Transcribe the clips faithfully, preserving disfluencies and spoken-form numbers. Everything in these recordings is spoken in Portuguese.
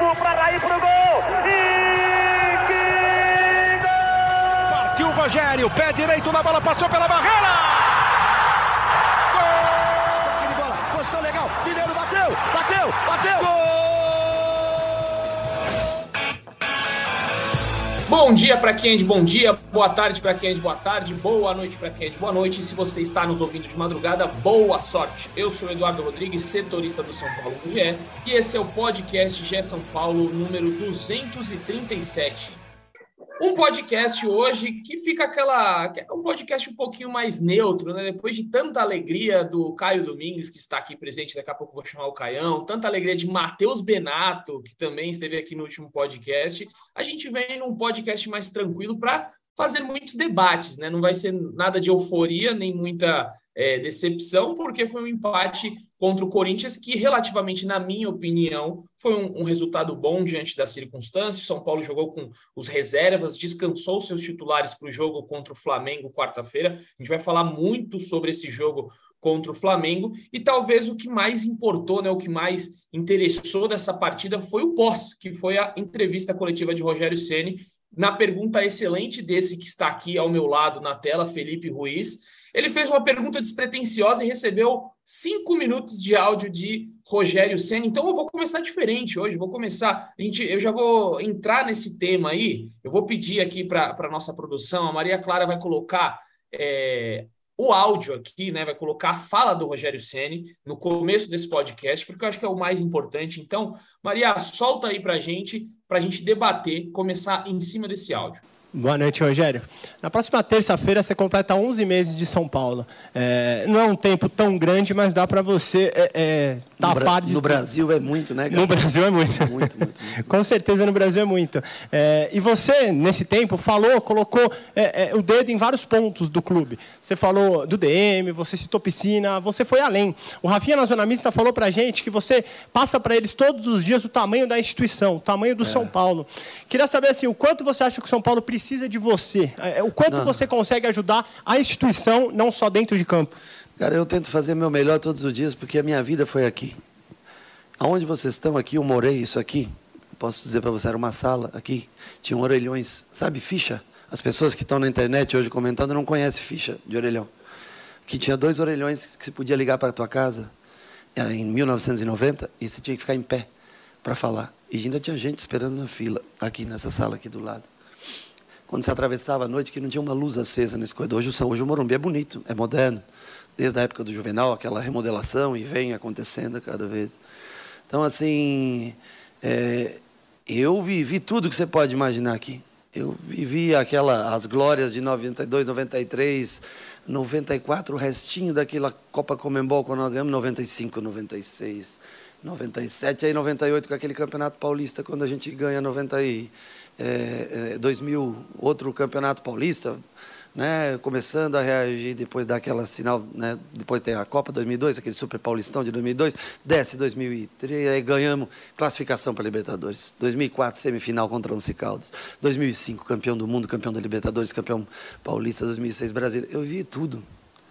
Cafu para Raí pro gol. E que gol! Partiu o Rogério, pé direito na bola, passou pela barreira. Gol! Bola, posição legal. Mineiro bateu, bateu, bateu. Gol! Bom dia para quem é de bom dia, boa tarde para quem é de boa tarde, boa noite para quem é de boa noite. E se você está nos ouvindo de madrugada, boa sorte. Eu sou o Eduardo Rodrigues, setorista do São Paulo no G E, e esse é o podcast G E São Paulo número duzentos e trinta e sete. Um podcast hoje que fica aquela... um podcast um pouquinho mais neutro, né? Depois de tanta alegria do Caio Domingues, que está aqui presente, daqui a pouco vou chamar o Caião, tanta alegria de Matheus Benato, que também esteve aqui no último podcast, a gente vem num podcast mais tranquilo para fazer muitos debates, né? Não vai ser nada de euforia, nem muita é, decepção, porque foi um empate contra o Corinthians, que relativamente, na minha opinião, foi um, um resultado bom diante das circunstâncias. São Paulo jogou com os reservas, descansou seus titulares para o jogo contra o Flamengo quarta-feira. A gente vai falar muito sobre esse jogo contra o Flamengo, e talvez o que mais importou, né, o que mais interessou dessa partida foi o pós, que foi a entrevista coletiva de Rogério Ceni, na pergunta excelente desse que está aqui ao meu lado na tela, Felipe Ruiz. Ele fez uma pergunta despretensiosa e recebeu cinco minutos de áudio de Rogério Ceni. Então eu vou começar diferente hoje, vou começar, a gente, eu já vou entrar nesse tema aí, eu vou pedir aqui para a nossa produção, a Maria Clara vai colocar é, o áudio aqui, né, vai colocar a fala do Rogério Ceni no começo desse podcast, porque eu acho que é o mais importante. Então, Maria, solta aí para a gente, para a gente debater, começar em cima desse áudio. Boa noite, Rogério. Na próxima terça-feira você completa onze meses de São Paulo. É, não é um tempo tão grande, mas dá para você é, é, tapar no, de... no Brasil é muito, né, cara? No Brasil é muito. Muito, muito, muito. Com certeza no Brasil é muito. É, e você, nesse tempo, falou, colocou é, é, o dedo em vários pontos do clube. Você falou do D M, você citou piscina, você foi além. O Rafinha Nacionalista falou para a gente que você passa para eles todos os dias o tamanho da instituição, o tamanho do é. São Paulo. Queria saber assim, o quanto você acha que o São Paulo precisa precisa de você, o quanto não. você consegue ajudar a instituição, não só dentro de campo. Cara, eu tento fazer meu melhor todos os dias, porque a minha vida foi aqui. Aonde vocês estão aqui, eu morei, isso aqui, posso dizer para você, era uma sala aqui, tinham orelhões, sabe, ficha? As pessoas que estão na internet hoje comentando não conhecem ficha de orelhão. Que tinha dois orelhões que você podia ligar para a tua casa em mil novecentos e noventa e você tinha que ficar em pé para falar. E ainda tinha gente esperando na fila, aqui nessa sala aqui do lado. Quando você atravessava a noite, que não tinha uma luz acesa nesse corredor. Hoje, hoje o Morumbi é bonito, é moderno. Desde a época do Juvenal, aquela remodelação, e vem acontecendo cada vez. Então, assim, é, eu vivi tudo que você pode imaginar aqui. Eu vivi aquela, as glórias de noventa e dois, noventa e três, noventa e quatro, o restinho daquela Copa Comembol, quando nós ganhamos, noventa e cinco, noventa e seis, noventa e sete, aí noventa e oito, com aquele Campeonato Paulista, quando a gente ganha noventa e dois mil, outro Campeonato Paulista, né, começando a reagir depois daquela sinal, né, depois tem a Copa dois mil e dois, aquele Super Paulistão de dois mil e dois, desce dois mil e três, aí ganhamos classificação para a Libertadores, dois mil e quatro, semifinal contra o Once Caldas, dois mil e cinco, campeão do mundo, campeão da Libertadores, campeão paulista, dois mil e seis, Brasília. Eu vi tudo,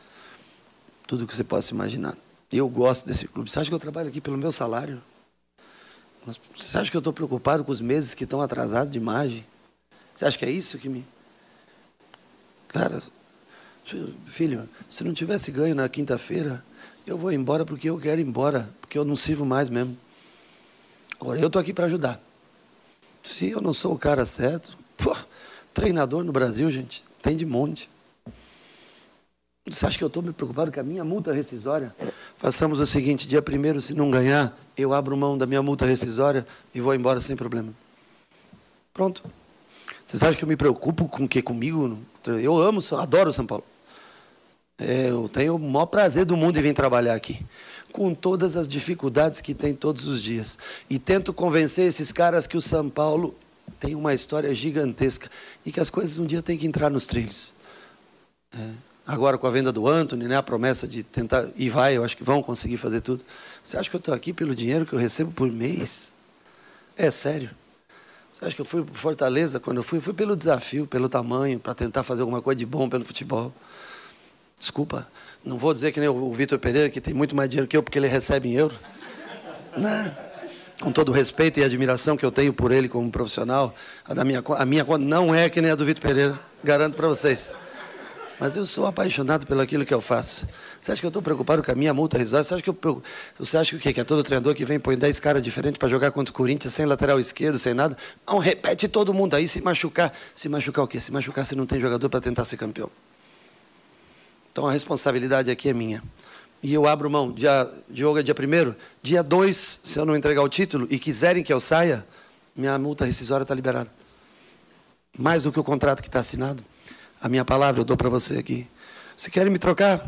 tudo que você possa imaginar. Eu gosto desse clube. Você acha que eu trabalho aqui pelo meu salário? Você acha que eu estou preocupado com os meses que estão atrasados de imagem? Você acha que é isso que me... Cara, filho, se não tivesse ganho na quinta-feira, eu vou embora porque eu quero ir embora, porque eu não sirvo mais mesmo. Agora, eu estou aqui para ajudar. Se eu não sou o cara certo... Pô, treinador no Brasil, gente, tem de monte. Você acha que eu estou me preocupado com a minha multa rescisória? Façamos o seguinte, dia primeiro, se não ganhar, eu abro mão da minha multa rescisória e vou embora sem problema. Pronto. Vocês acham que eu me preocupo com o que comigo? Eu amo, adoro São Paulo. É, eu tenho o maior prazer do mundo em vir trabalhar aqui, com todas as dificuldades que tem todos os dias. E tento convencer esses caras que o São Paulo tem uma história gigantesca e que as coisas um dia têm que entrar nos trilhos. É. Agora, com a venda do Antony, né, a promessa de tentar... E vai, eu acho que vão conseguir fazer tudo. Você acha que eu estou aqui pelo dinheiro que eu recebo por mês? É sério. Você acha que eu fui para Fortaleza quando eu fui? Eu fui pelo desafio, pelo tamanho, para tentar fazer alguma coisa de bom pelo futebol. Desculpa, não vou dizer que nem o Vitor Pereira, que tem muito mais dinheiro que eu, porque ele recebe em euro. Não. com todo o respeito e admiração que eu tenho por ele como profissional, a, da minha, a minha conta não é que nem a do Vitor Pereira, garanto para vocês. Mas eu sou apaixonado pelo aquilo que eu faço. Você acha que eu estou preocupado com a minha multa rescisória? Você acha que eu, você acha que o quê? Que é todo treinador que vem e põe dez caras diferentes para jogar contra o Corinthians, sem lateral esquerdo, sem nada? Não, repete todo mundo aí, se machucar. Se machucar o quê? Se machucar se não tem jogador para tentar ser campeão. Então a responsabilidade aqui é minha. E eu abro mão. Dia, jogo é dia primeiro. Dia dois, se eu não entregar o título e quiserem que eu saia, minha multa rescisória está liberada. Mais do que o contrato que está assinado. A minha palavra eu dou para você aqui. Se querem me trocar,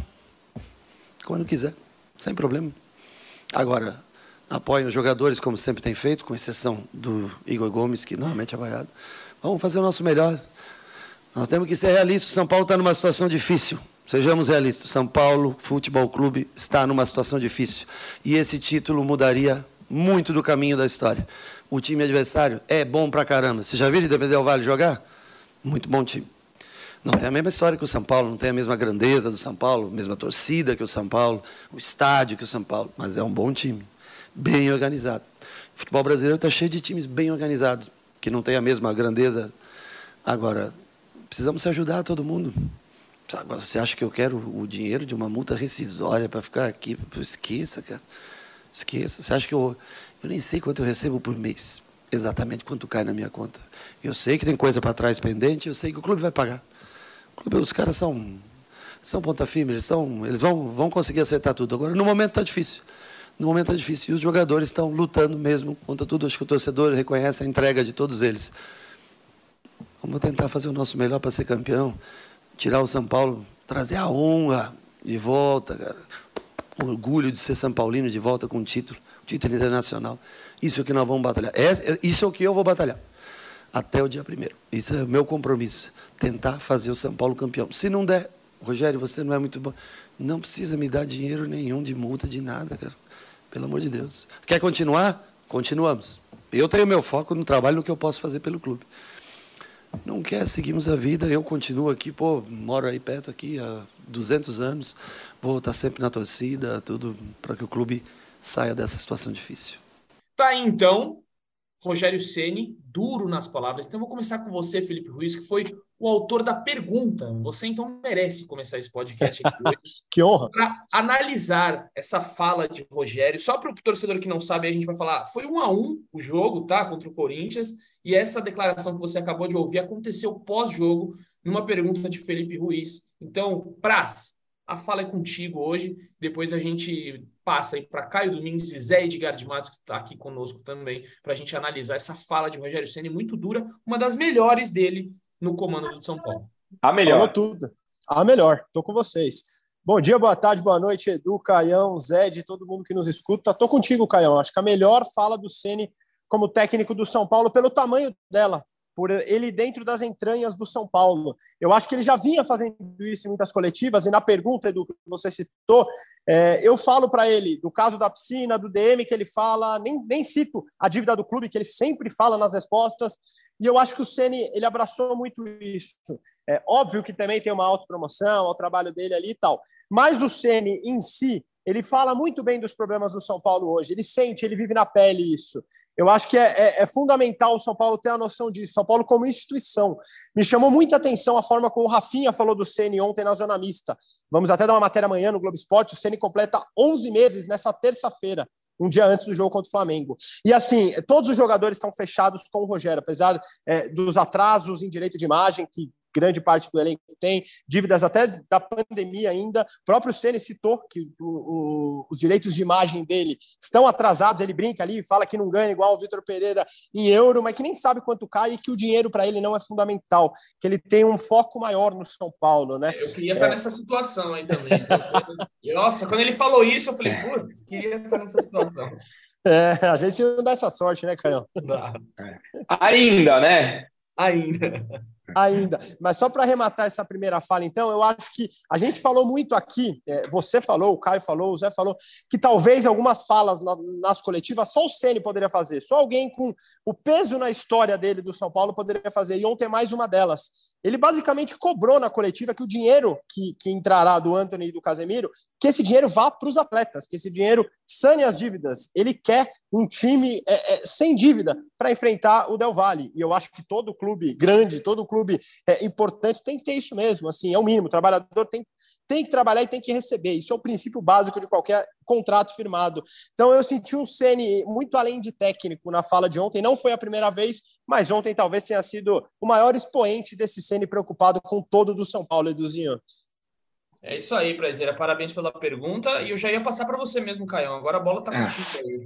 quando quiser, sem problema. Agora, apoiem os jogadores, como sempre tem feito, com exceção do Igor Gomes, que normalmente é vaiado. Vamos fazer o nosso melhor. Nós temos que ser realistas. O São Paulo está numa situação difícil. Sejamos realistas. São Paulo Futebol Clube está numa situação difícil. E esse título mudaria muito do caminho da história. O time adversário é bom pra caramba. Você já viu o Independente Del Valle jogar? Muito bom time. Não tem a mesma história que o São Paulo, não tem a mesma grandeza do São Paulo, a mesma torcida que o São Paulo, o estádio que o São Paulo, mas é um bom time, bem organizado. O futebol brasileiro está cheio de times bem organizados, que não tem a mesma grandeza. Agora, precisamos se ajudar todo mundo. Agora, você acha que eu quero o dinheiro de uma multa rescisória para ficar aqui? Esqueça, cara. Esqueça. Você acha que eu... Eu nem sei quanto eu recebo por mês, exatamente quanto cai na minha conta. Eu sei que tem coisa para trás pendente, eu sei que o clube vai pagar. Os caras são, são ponta firme, eles, são, eles vão, vão conseguir acertar tudo. Agora, no momento está difícil. No momento está difícil. E os jogadores estão lutando mesmo contra tudo. Acho que o torcedor reconhece a entrega de todos eles. Vamos tentar fazer o nosso melhor para ser campeão. Tirar o São Paulo, trazer a honra de volta, cara. O orgulho de ser São Paulino de volta com um título, um título internacional. Isso é o que nós vamos batalhar. É, isso é o que eu vou batalhar. Até o dia primeiro. Isso é o meu compromisso. Tentar fazer o São Paulo campeão. Se não der, Rogério, você não é muito bom. Não precisa me dar dinheiro nenhum de multa, de nada, cara. Pelo amor de Deus. Quer continuar? Continuamos. Eu tenho meu foco no trabalho, no que eu posso fazer pelo clube. Não quer, seguimos a vida. Eu continuo aqui, pô, moro aí perto aqui há duzentos anos. Vou estar sempre na torcida, tudo para que o clube saia dessa situação difícil. Tá aí, então. Rogério Ceni, duro nas palavras. Então, eu vou começar com você, Felipe Ruiz, que foi o autor da pergunta. Você, então, merece começar esse podcast aqui hoje. Que honra! Para analisar essa fala de Rogério. Só para o torcedor que não sabe, a gente vai falar, foi um a um o jogo, tá? Contra o Corinthians. E essa declaração que você acabou de ouvir aconteceu pós-jogo, numa pergunta de Felipe Ruiz. Então, Praz, a fala é contigo hoje. Depois a gente passa aí para Caio Domingues e Zé Edgar de Matos, que está aqui conosco também, para a gente analisar essa fala de Rogério Ceni muito dura, uma das melhores dele no comando do São Paulo. A melhor. Falou tudo. A melhor. Estou com vocês. Bom dia, boa tarde, boa noite, Edu, Caião, Zé, de todo mundo que nos escuta. Estou contigo, Caião. Acho que a melhor fala do Ceni como técnico do São Paulo pelo tamanho dela, por ele dentro das entranhas do São Paulo. Eu acho que ele já vinha fazendo isso em muitas coletivas, e na pergunta, Edu, que você citou, é, eu falo para ele do caso da piscina, do D M que ele fala, nem, nem cito a dívida do clube, que ele sempre fala nas respostas, e eu acho que o Ceni, ele abraçou muito isso. É óbvio que também tem uma autopromoção, ao trabalho dele ali e tal, mas o Ceni em si, ele fala muito bem dos problemas do São Paulo hoje, ele sente, ele vive na pele isso. Eu acho que é, é, é fundamental o São Paulo ter a noção disso, São Paulo como instituição. Me chamou muita atenção a forma como o Rafinha falou do Ceni ontem na Zona Mista. Vamos até dar uma matéria amanhã no Globo Esporte, o Ceni completa onze meses nessa terça-feira, um dia antes do jogo contra o Flamengo. E assim, todos os jogadores estão fechados com o Rogério, apesar é, dos atrasos em direito de imagem, que grande parte do elenco tem, dívidas até da pandemia ainda. O próprio Ceni citou que o, o, os direitos de imagem dele estão atrasados, ele brinca ali, fala que não ganha igual o Vitor Pereira em euro, mas que nem sabe quanto cai e que o dinheiro para ele não é fundamental, que ele tem um foco maior no São Paulo, né? Eu queria estar é... nessa situação aí também. Nossa, quando ele falou isso, eu falei, putz, queria estar nessa situação. É, a gente não dá essa sorte, né, Caio? Ainda, né? Ainda. Ainda. Mas só para arrematar essa primeira fala, então, eu acho que a gente falou muito aqui, é, você falou, o Caio falou, o Zé falou, que talvez algumas falas na, nas coletivas só o Ceni poderia fazer, só alguém com o peso na história dele do São Paulo poderia fazer, e ontem mais uma delas. Ele basicamente cobrou na coletiva que o dinheiro que, que entrará do Antony e do Casemiro, que esse dinheiro vá para os atletas, que esse dinheiro sane as dívidas. Ele quer um time é, é, sem dívida para enfrentar o Del Valle. E eu acho que todo clube grande, todo clube é, importante tem que ter isso mesmo. Assim, é o mínimo. O trabalhador tem, tem que trabalhar e tem que receber. Isso é o princípio básico de qualquer contrato firmado. Então eu senti um Ceni muito além de técnico na fala de ontem. Não foi a primeira vez, mas ontem talvez tenha sido o maior expoente desse Ceni preocupado com todo do São Paulo, Eduzinho. É isso aí, Prazeira. Parabéns pela pergunta. E eu já ia passar para você mesmo, Caião. Agora a bola está contigo aí.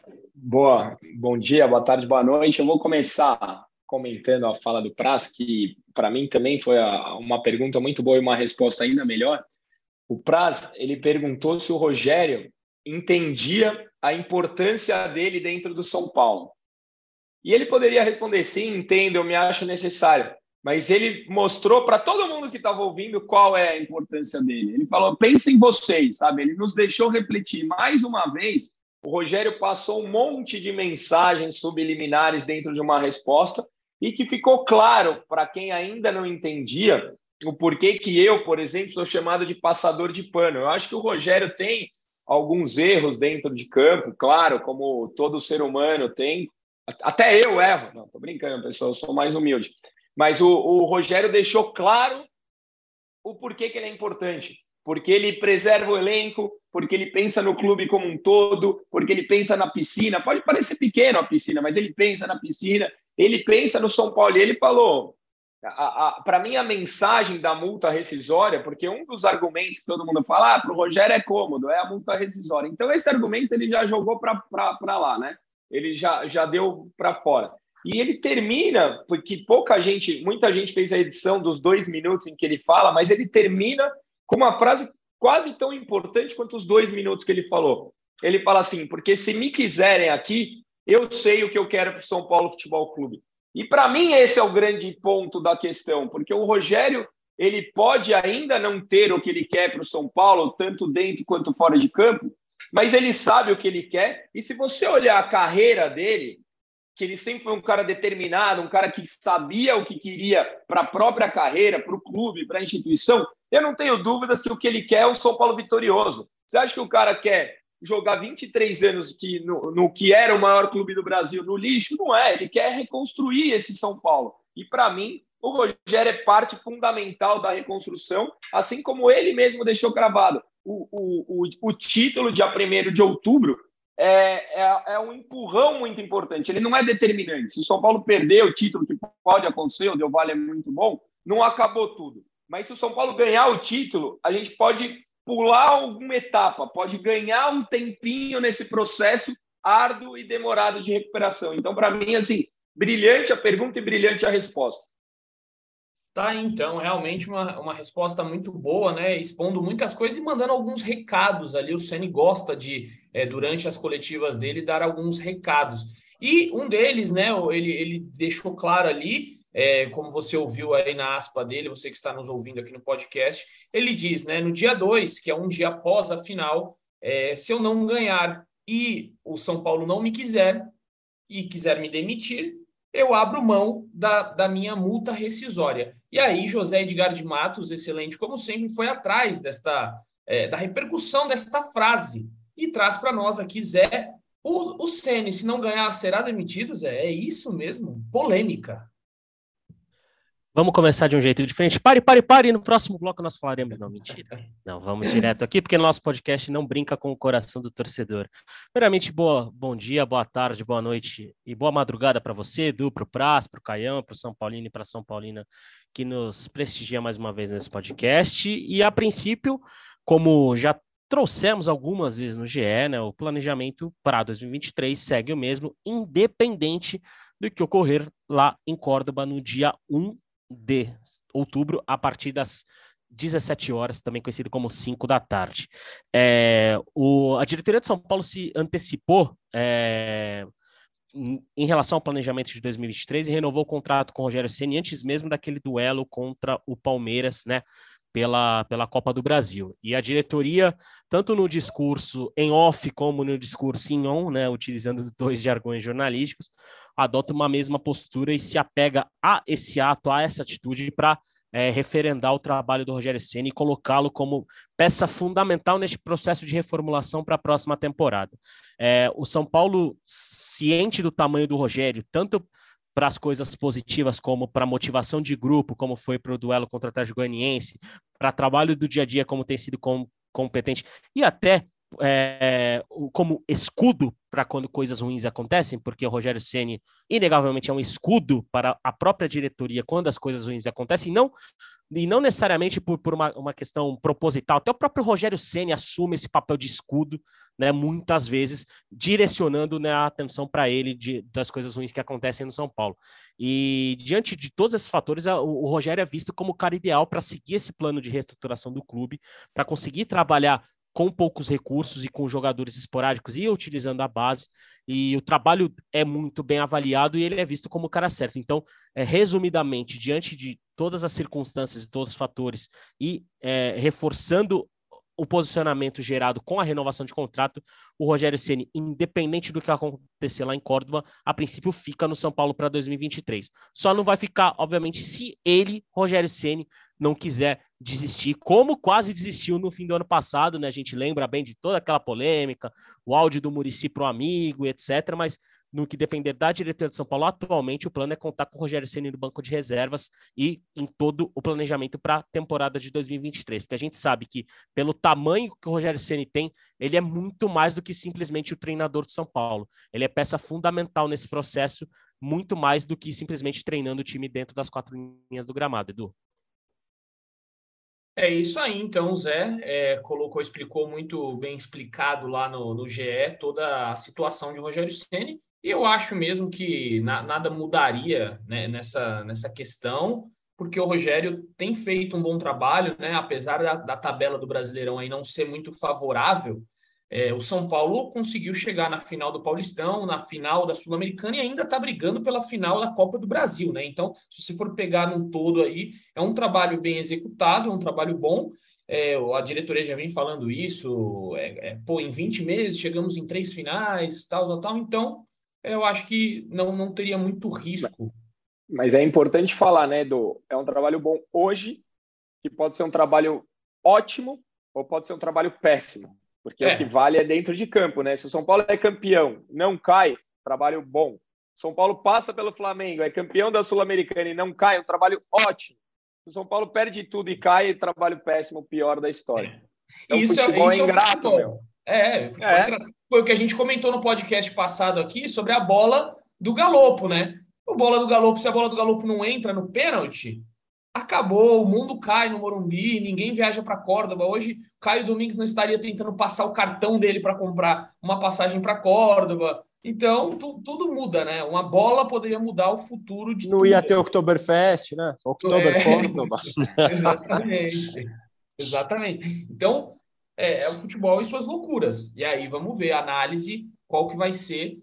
Boa. Bom dia, boa tarde, boa noite. Eu vou começar comentando a fala do Praz, que para mim também foi uma pergunta muito boa e uma resposta ainda melhor. O Praz, ele perguntou se o Rogério entendia a importância dele dentro do São Paulo. E ele poderia responder, sim, entendo, eu me acho necessário. Mas ele mostrou para todo mundo que estava ouvindo qual é a importância dele. Ele falou, pensa em vocês, sabe? Ele nos deixou refletir mais uma vez. O Rogério passou um monte de mensagens subliminares dentro de uma resposta e que ficou claro para quem ainda não entendia o porquê que eu, por exemplo, sou chamado de passador de pano. Eu acho que o Rogério tem alguns erros dentro de campo, claro, como todo ser humano tem. Até eu erro. Não, tô brincando, pessoal, eu sou mais humilde. Mas o, o Rogério deixou claro o porquê que ele é importante. Porque ele preserva o elenco, porque ele pensa no clube como um todo, porque ele pensa na piscina. Pode parecer pequeno a piscina, mas ele pensa na piscina, ele pensa no São Paulo. E ele falou, para mim, a mensagem da multa rescisória, porque um dos argumentos que todo mundo fala, ah, para o Rogério é cômodo, é a multa rescisória. Então, esse argumento ele já jogou para lá, né? Ele já, já deu para fora. E ele termina, porque pouca gente, muita gente fez a edição dos dois minutos em que ele fala, mas ele termina com uma frase quase tão importante quanto os dois minutos que ele falou. Ele fala assim, porque se me quiserem aqui, eu sei o que eu quero para o São Paulo Futebol Clube. E para mim esse é o grande ponto da questão, porque o Rogério, ele pode ainda não ter o que ele quer para o São Paulo, tanto dentro quanto fora de campo, mas ele sabe o que ele quer, e se você olhar a carreira dele, que ele sempre foi um cara determinado, um cara que sabia o que queria para a própria carreira, para o clube, para a instituição, eu não tenho dúvidas que o que ele quer é um São Paulo vitorioso. Você acha que o cara quer jogar vinte e três anos que, no, no que era o maior clube do Brasil no lixo? Não é, ele quer reconstruir esse São Paulo. E para mim, o Rogério é parte fundamental da reconstrução, assim como ele mesmo deixou gravado. O, o, o, o título, dia primeiro de outubro, É, é, é um empurrão muito importante, ele não é determinante. Se o São Paulo perder o título, que pode acontecer, o Del Valle é muito bom, não acabou tudo. Mas se o São Paulo ganhar o título, a gente pode pular alguma etapa, pode ganhar um tempinho nesse processo árduo e demorado de recuperação. Então, para mim, assim, brilhante a pergunta e brilhante a resposta. Tá, então, realmente uma, uma resposta muito boa, né? Expondo muitas coisas e mandando alguns recados ali. O Ceni gosta de, é, durante as coletivas dele, dar alguns recados. E um deles, né? Ele, ele deixou claro ali, é, como você ouviu aí na aspa dele, você que está nos ouvindo aqui no podcast, ele diz, né? No dia dois, que é um dia após a final, é, se eu não ganhar e o São Paulo não me quiser e quiser me demitir, eu abro mão da, da minha multa rescisória. E aí, José Edgar de Matos, excelente como sempre, foi atrás desta, é, da repercussão desta frase e traz para nós aqui, Zé, o, o Ceni, se não ganhar, será demitido, Zé? É isso mesmo? Polêmica. Vamos começar de um jeito diferente. Pare, pare, pare. No próximo bloco nós falaremos. Não, mentira. Não, vamos direto aqui, porque nosso podcast não brinca com o coração do torcedor. Primeiramente, boa, bom dia, boa tarde, boa noite e boa madrugada para você, Edu, para o Praz, para o Caião, para o São Paulino e para a São Paulina, que nos prestigia mais uma vez nesse podcast. E, a princípio, como já trouxemos algumas vezes no G E, né, o planejamento para dois mil e vinte e três segue o mesmo, independente do que ocorrer lá em Córdoba no dia um de outubro, a partir das dezessete horas, também conhecido como cinco da tarde. É, o, a diretoria de São Paulo se antecipou é, em relação ao planejamento de dois mil e vinte e três e renovou o contrato com o Rogério Ceni antes mesmo daquele duelo contra o Palmeiras, né, pela, pela Copa do Brasil. E a diretoria, tanto no discurso em off como no discurso em on, né, utilizando dois jargões jornalísticos, adota uma mesma postura e se apega a esse ato, a essa atitude para É, referendar o trabalho do Rogério Ceni e colocá-lo como peça fundamental neste processo de reformulação para a próxima temporada. É, o São Paulo, ciente do tamanho do Rogério, tanto para as coisas positivas como para a motivação de grupo, como foi para o duelo contra o Atlético Goianiense, para trabalho do dia a dia, como tem sido com, competente, e até é, como escudo para quando coisas ruins acontecem, porque o Rogério Ceni inegavelmente é um escudo para a própria diretoria quando as coisas ruins acontecem, e não, e não necessariamente por, por uma, uma questão proposital. Até o próprio Rogério Ceni assume esse papel de escudo, né, muitas vezes direcionando, né, a atenção para ele de, das coisas ruins que acontecem no São Paulo. E diante de todos esses fatores, a, o, o Rogério é visto como o cara ideal para seguir esse plano de reestruturação do clube, para conseguir trabalhar com poucos recursos e com jogadores esporádicos e utilizando a base, e o trabalho é muito bem avaliado e ele é visto como o cara certo. Então, é, resumidamente, diante de todas as circunstâncias e todos os fatores e é, reforçando o posicionamento gerado com a renovação de contrato, o Rogério Ceni, independente do que acontecer lá em Córdoba, a princípio fica no São Paulo para dois mil e vinte e três. Só não vai ficar, obviamente, se ele, Rogério Ceni, não quiser desistir, como quase desistiu no fim do ano passado, né? A gente lembra bem de toda aquela polêmica, o áudio do Muricy pro amigo, etcétera, mas no que depender da diretoria de São Paulo, atualmente o plano é contar com o Rogério Ceni no banco de reservas e em todo o planejamento para a temporada de dois mil e vinte e três, porque a gente sabe que pelo tamanho que o Rogério Ceni tem, ele é muito mais do que simplesmente o treinador de São Paulo. Ele é peça fundamental nesse processo, muito mais do que simplesmente treinando o time dentro das quatro linhas do gramado, Edu. É isso aí, então, o Zé é, colocou, explicou muito bem explicado lá no, no G E toda a situação de Rogério Ceni, e eu acho mesmo que na, nada mudaria, né, nessa, nessa questão, porque o Rogério tem feito um bom trabalho, né, apesar da, da tabela do Brasileirão aí não ser muito favorável. É, o São Paulo conseguiu chegar na final do Paulistão, na final da Sul-Americana e ainda está brigando pela final da Copa do Brasil, né? Então, se você for pegar num todo aí, é um trabalho bem executado, é um trabalho bom. É, a diretoria já vem falando isso, é, é, pô, em vinte meses chegamos em três finais, tal, tal, tal. Então, eu acho que não, não teria muito risco. Mas é importante falar, né, Edu? É um trabalho bom hoje, que pode ser um trabalho ótimo ou pode ser um trabalho péssimo. Porque é. o que vale é dentro de campo, né? Se o São Paulo é campeão, não cai, trabalho bom. São Paulo passa pelo Flamengo, é campeão da Sul-Americana e não cai, um trabalho ótimo. Se o São Paulo perde tudo e cai, trabalho péssimo, pior da história. Então, isso, futebol isso é ingrato, é meu. É, futebol é. é foi o que a gente comentou no podcast passado aqui sobre a bola do Galopo, né? A bola do Galopo, se a bola do Galopo não entra no pênalti, acabou, o mundo cai no Morumbi, ninguém viaja para Córdoba. Hoje, Caio Domingues não estaria tentando passar o cartão dele para comprar uma passagem para Córdoba. Então, tu, tudo muda, né? Uma bola poderia mudar o futuro de Não tudo. ia ter Oktoberfest, né? Oktober é, Córdoba. Exatamente. Exatamente. Então, é, é o futebol e suas loucuras. E aí, vamos ver a análise, qual que vai ser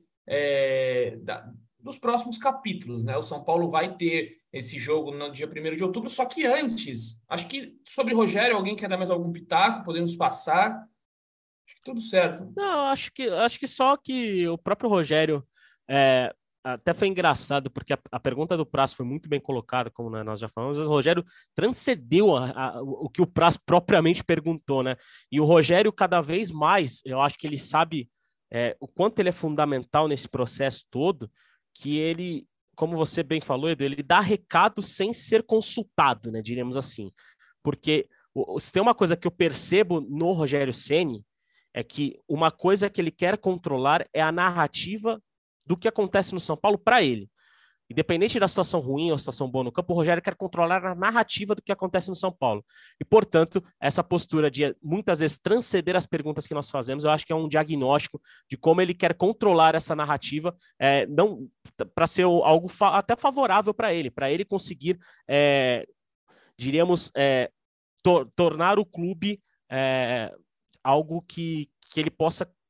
é, da, dos próximos capítulos, né? O São Paulo vai ter esse jogo no dia primeiro de outubro, só que antes, acho que sobre Rogério, alguém quer dar mais algum pitaco? Podemos passar? Acho que tudo certo. Não, acho que, acho que só que o próprio Rogério, é, até foi engraçado, porque a, a pergunta do Praz foi muito bem colocada, como nós já falamos, o Rogério transcendeu a, a, o que o Praz propriamente perguntou, né? E o Rogério, cada vez mais, eu acho que ele sabe é, o quanto ele é fundamental nesse processo todo, que ele, como você bem falou, Edu, ele dá recado sem ser consultado, né, diríamos assim. Porque se tem uma coisa que eu percebo no Rogério Ceni, é que uma coisa que ele quer controlar é a narrativa do que acontece no São Paulo para ele. Independente da situação ruim ou situação boa no campo, o Rogério quer controlar a narrativa do que acontece no São Paulo. E, portanto, essa postura de muitas vezes transcender as perguntas que nós fazemos, eu acho que é um diagnóstico de como ele quer controlar essa narrativa, é, não para ser algo fa- até favorável para ele, para ele conseguir, é, diríamos, é, tor- tornar o clube é, algo que, que ele possa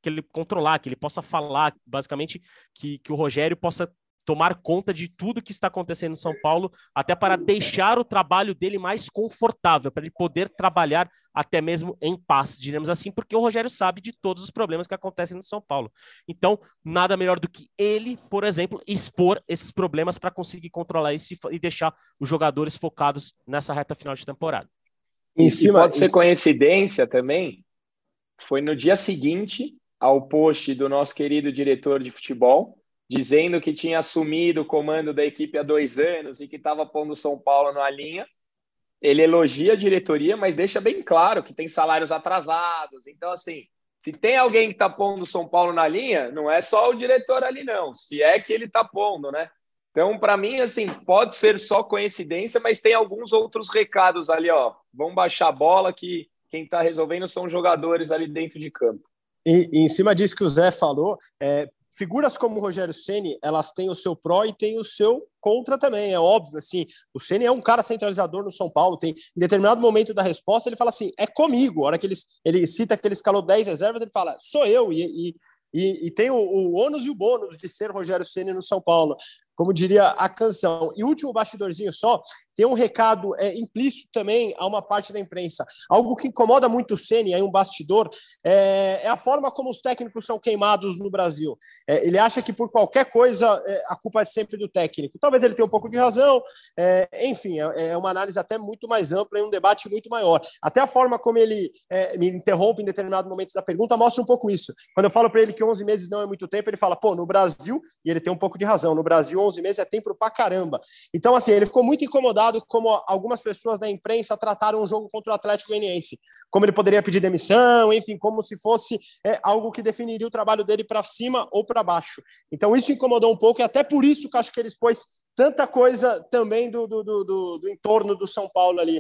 que ele controlar, que ele possa falar, basicamente, que, que o Rogério possa tomar conta de tudo que está acontecendo em São Paulo, até para deixar o trabalho dele mais confortável, para ele poder trabalhar até mesmo em paz, diremos assim, porque o Rogério sabe de todos os problemas que acontecem no São Paulo. Então, nada melhor do que ele, por exemplo, expor esses problemas para conseguir controlar isso e deixar os jogadores focados nessa reta final de temporada. Em cima, e pode ser coincidência também, foi no dia seguinte ao post do nosso querido diretor de futebol, dizendo que tinha assumido o comando da equipe há dois anos e que estava pondo o São Paulo na linha. Ele elogia a diretoria, mas deixa bem claro que tem salários atrasados. Então, assim, se tem alguém que está pondo o São Paulo na linha, não é só o diretor ali, não. Se é que ele está pondo, né? Então, para mim, assim, pode ser só coincidência, mas tem alguns outros recados ali, ó. Vão baixar a bola que quem está resolvendo são os jogadores ali dentro de campo. E, e em cima disso que o Zé falou, é... figuras como o Rogério Ceni, elas têm o seu pró e têm o seu contra também, é óbvio, assim, o Ceni é um cara centralizador no São Paulo, tem, em determinado momento da resposta, ele fala assim, é comigo, a hora que ele, ele cita que ele escalou dez reservas, ele fala, sou eu, e, e, e, e tem o, o ônus e o bônus de ser Rogério Ceni no São Paulo, como diria a canção. E último bastidorzinho só, tem um recado é, implícito também a uma parte da imprensa. Algo que incomoda muito o Ceni, aí um bastidor, é, é a forma como os técnicos são queimados no Brasil. É, ele acha que por qualquer coisa é, a culpa é sempre do técnico. Talvez ele tenha um pouco de razão, é, enfim, é, é uma análise até muito mais ampla e um debate muito maior. Até a forma como ele é, me interrompe em determinado momento da pergunta mostra um pouco isso. Quando eu falo para ele que onze meses não é muito tempo, ele fala, pô, no Brasil, e ele tem um pouco de razão, no Brasil onze meses é tempo pra caramba. Então, assim, ele ficou muito incomodado como algumas pessoas da imprensa trataram o jogo contra o Atlético Goianiense. Como ele poderia pedir demissão, enfim, como se fosse é, algo que definiria o trabalho dele para cima ou para baixo. Então, isso incomodou um pouco e até por isso que acho que ele expôs tanta coisa também do, do, do, do, do entorno do São Paulo ali.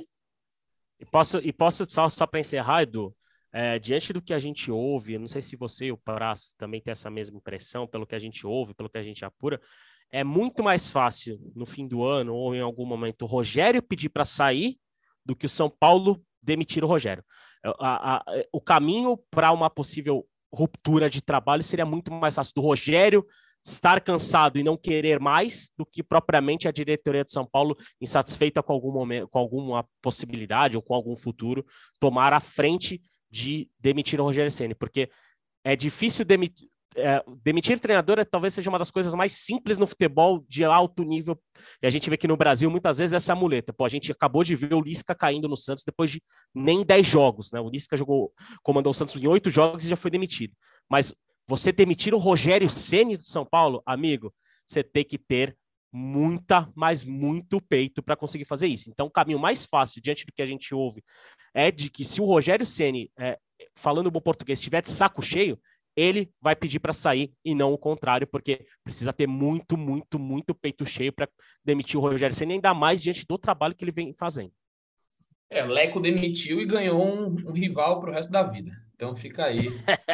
E posso, e posso só, só para encerrar, Edu, É, diante do que a gente ouve, não sei se você e o Praz também tem essa mesma impressão, pelo que a gente ouve, pelo que a gente apura, é muito mais fácil no fim do ano ou em algum momento o Rogério pedir para sair do que o São Paulo demitir o Rogério. A, a, o caminho para uma possível ruptura de trabalho seria muito mais fácil do Rogério estar cansado e não querer mais do que propriamente a diretoria de São Paulo, insatisfeita com algum momento, com alguma possibilidade ou com algum futuro, tomar a frente de demitir o Rogério Ceni, porque é difícil demitir, é, demitir treinador é, talvez seja uma das coisas mais simples no futebol de alto nível, e a gente vê que no Brasil muitas vezes essa muleta, pô, a gente acabou de ver o Lisca caindo no Santos depois de nem dez jogos, né? O Lisca jogou, comandou o Santos em oito jogos e já foi demitido, mas você demitir o Rogério Ceni do São Paulo, amigo, você tem que ter muita, mas muito peito para conseguir fazer isso. Então, o caminho mais fácil, diante do que a gente ouve, é de que se o Rogério Ceni, é, falando bom português, estiver de saco cheio, ele vai pedir para sair e não o contrário, porque precisa ter muito, muito, muito peito cheio para demitir o Rogério Ceni, ainda mais diante do trabalho que ele vem fazendo. É, o Leco demitiu e ganhou um, um rival para o resto da vida. Então fica aí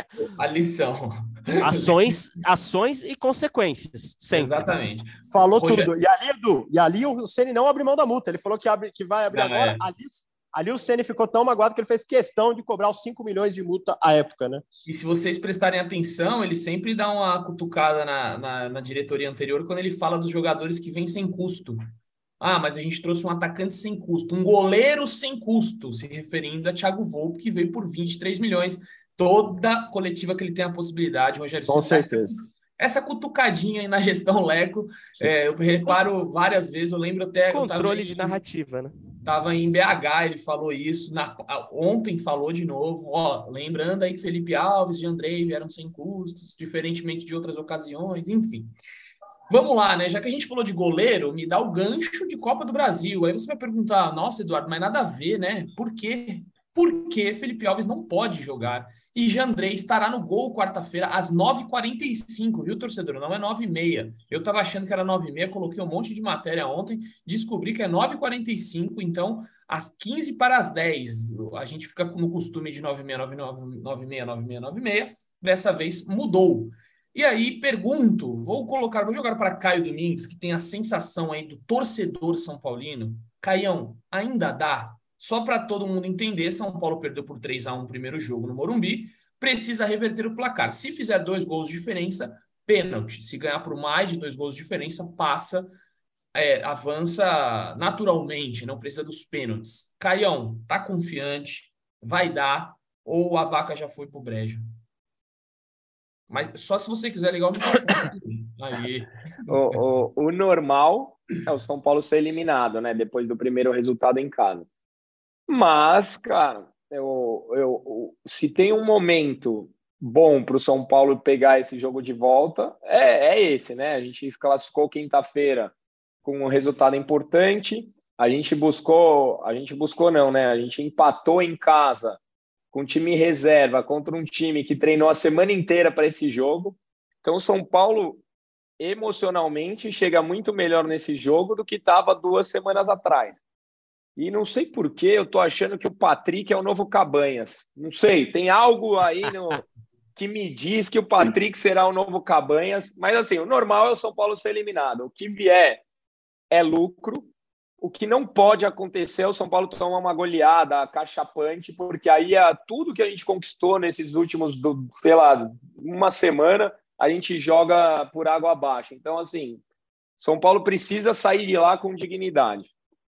a lição. Ações, ações e consequências, sempre. Exatamente. Falou Rogério... tudo. E ali, Edu, e ali o Ceni não abriu mão da multa. Ele falou que, abre, que vai abrir não, agora. É. Ali, ali o Ceni ficou tão magoado que ele fez questão de cobrar os cinco milhões de multa à época, né? E se vocês prestarem atenção, ele sempre dá uma cutucada na, na, na diretoria anterior quando ele fala dos jogadores que vêm sem custo. Ah, mas a gente trouxe um atacante sem custo, um goleiro sem custo, se referindo a Thiago Volpe, que veio por vinte e três milhões. Toda coletiva que ele tem a possibilidade, o Rogério Com Ceni, certeza. Essa cutucadinha aí na gestão Leco, é, eu reparo várias vezes, eu lembro até... Controle eu de em, narrativa, né? Tava em B H, ele falou isso, na, ontem falou de novo, ó, lembrando aí que Felipe Alves e Andrei vieram sem custos, diferentemente de outras ocasiões, enfim. Vamos lá, né? Já que a gente falou de goleiro, me dá o gancho de Copa do Brasil. Aí você vai perguntar, nossa, Eduardo, mas nada a ver, né? Por quê? Por que Felipe Alves não pode jogar? E Jandrei estará no gol quarta-feira às nove e quarenta e cinco, viu, torcedor? Não é nove e meia. Eu tava achando que era nove e meia, coloquei um monte de matéria ontem, descobri que é nove e quarenta e cinco, então às quinze para as dez. A gente fica no costume de nove e meia, nove e meia, nove e meia, nove e meia. Dessa vez mudou. E aí, pergunto, vou colocar, vou jogar para Caio Domingues, que tem a sensação aí do torcedor são paulino. Caião, ainda dá? Só para todo mundo entender, São Paulo perdeu por três a um o primeiro jogo no Morumbi, precisa reverter o placar. Se fizer dois gols de diferença, pênalti. Se ganhar por mais de dois gols de diferença, passa, é, avança naturalmente, não precisa dos pênaltis. Caião, tá confiante? Vai dar? Ou a vaca já foi pro brejo? Mas só se você quiser ligar o microfone. Aí. O, o, o normal é o São Paulo ser eliminado, né? Depois do primeiro resultado em casa. Mas, cara, eu, eu, se tem um momento bom para o São Paulo pegar esse jogo de volta, é, é esse, né? A gente se classificou quinta-feira com um resultado importante. A gente buscou, a gente buscou não, né? A gente empatou em casa com time reserva contra um time que treinou a semana inteira para esse jogo. Então, o São Paulo, emocionalmente, chega muito melhor nesse jogo do que estava duas semanas atrás. E não sei por que eu tô achando que o Patrick é o novo Cabanhas. Não sei, tem algo aí no, que me diz que o Patrick será o novo Cabanhas. Mas, assim, o normal é o São Paulo ser eliminado. O que vier é lucro. O que não pode acontecer é o São Paulo tomar uma goleada cachapante, porque aí é tudo que a gente conquistou nesses últimos, sei lá, uma semana, a gente joga por água abaixo. Então, assim, São Paulo precisa sair de lá com dignidade.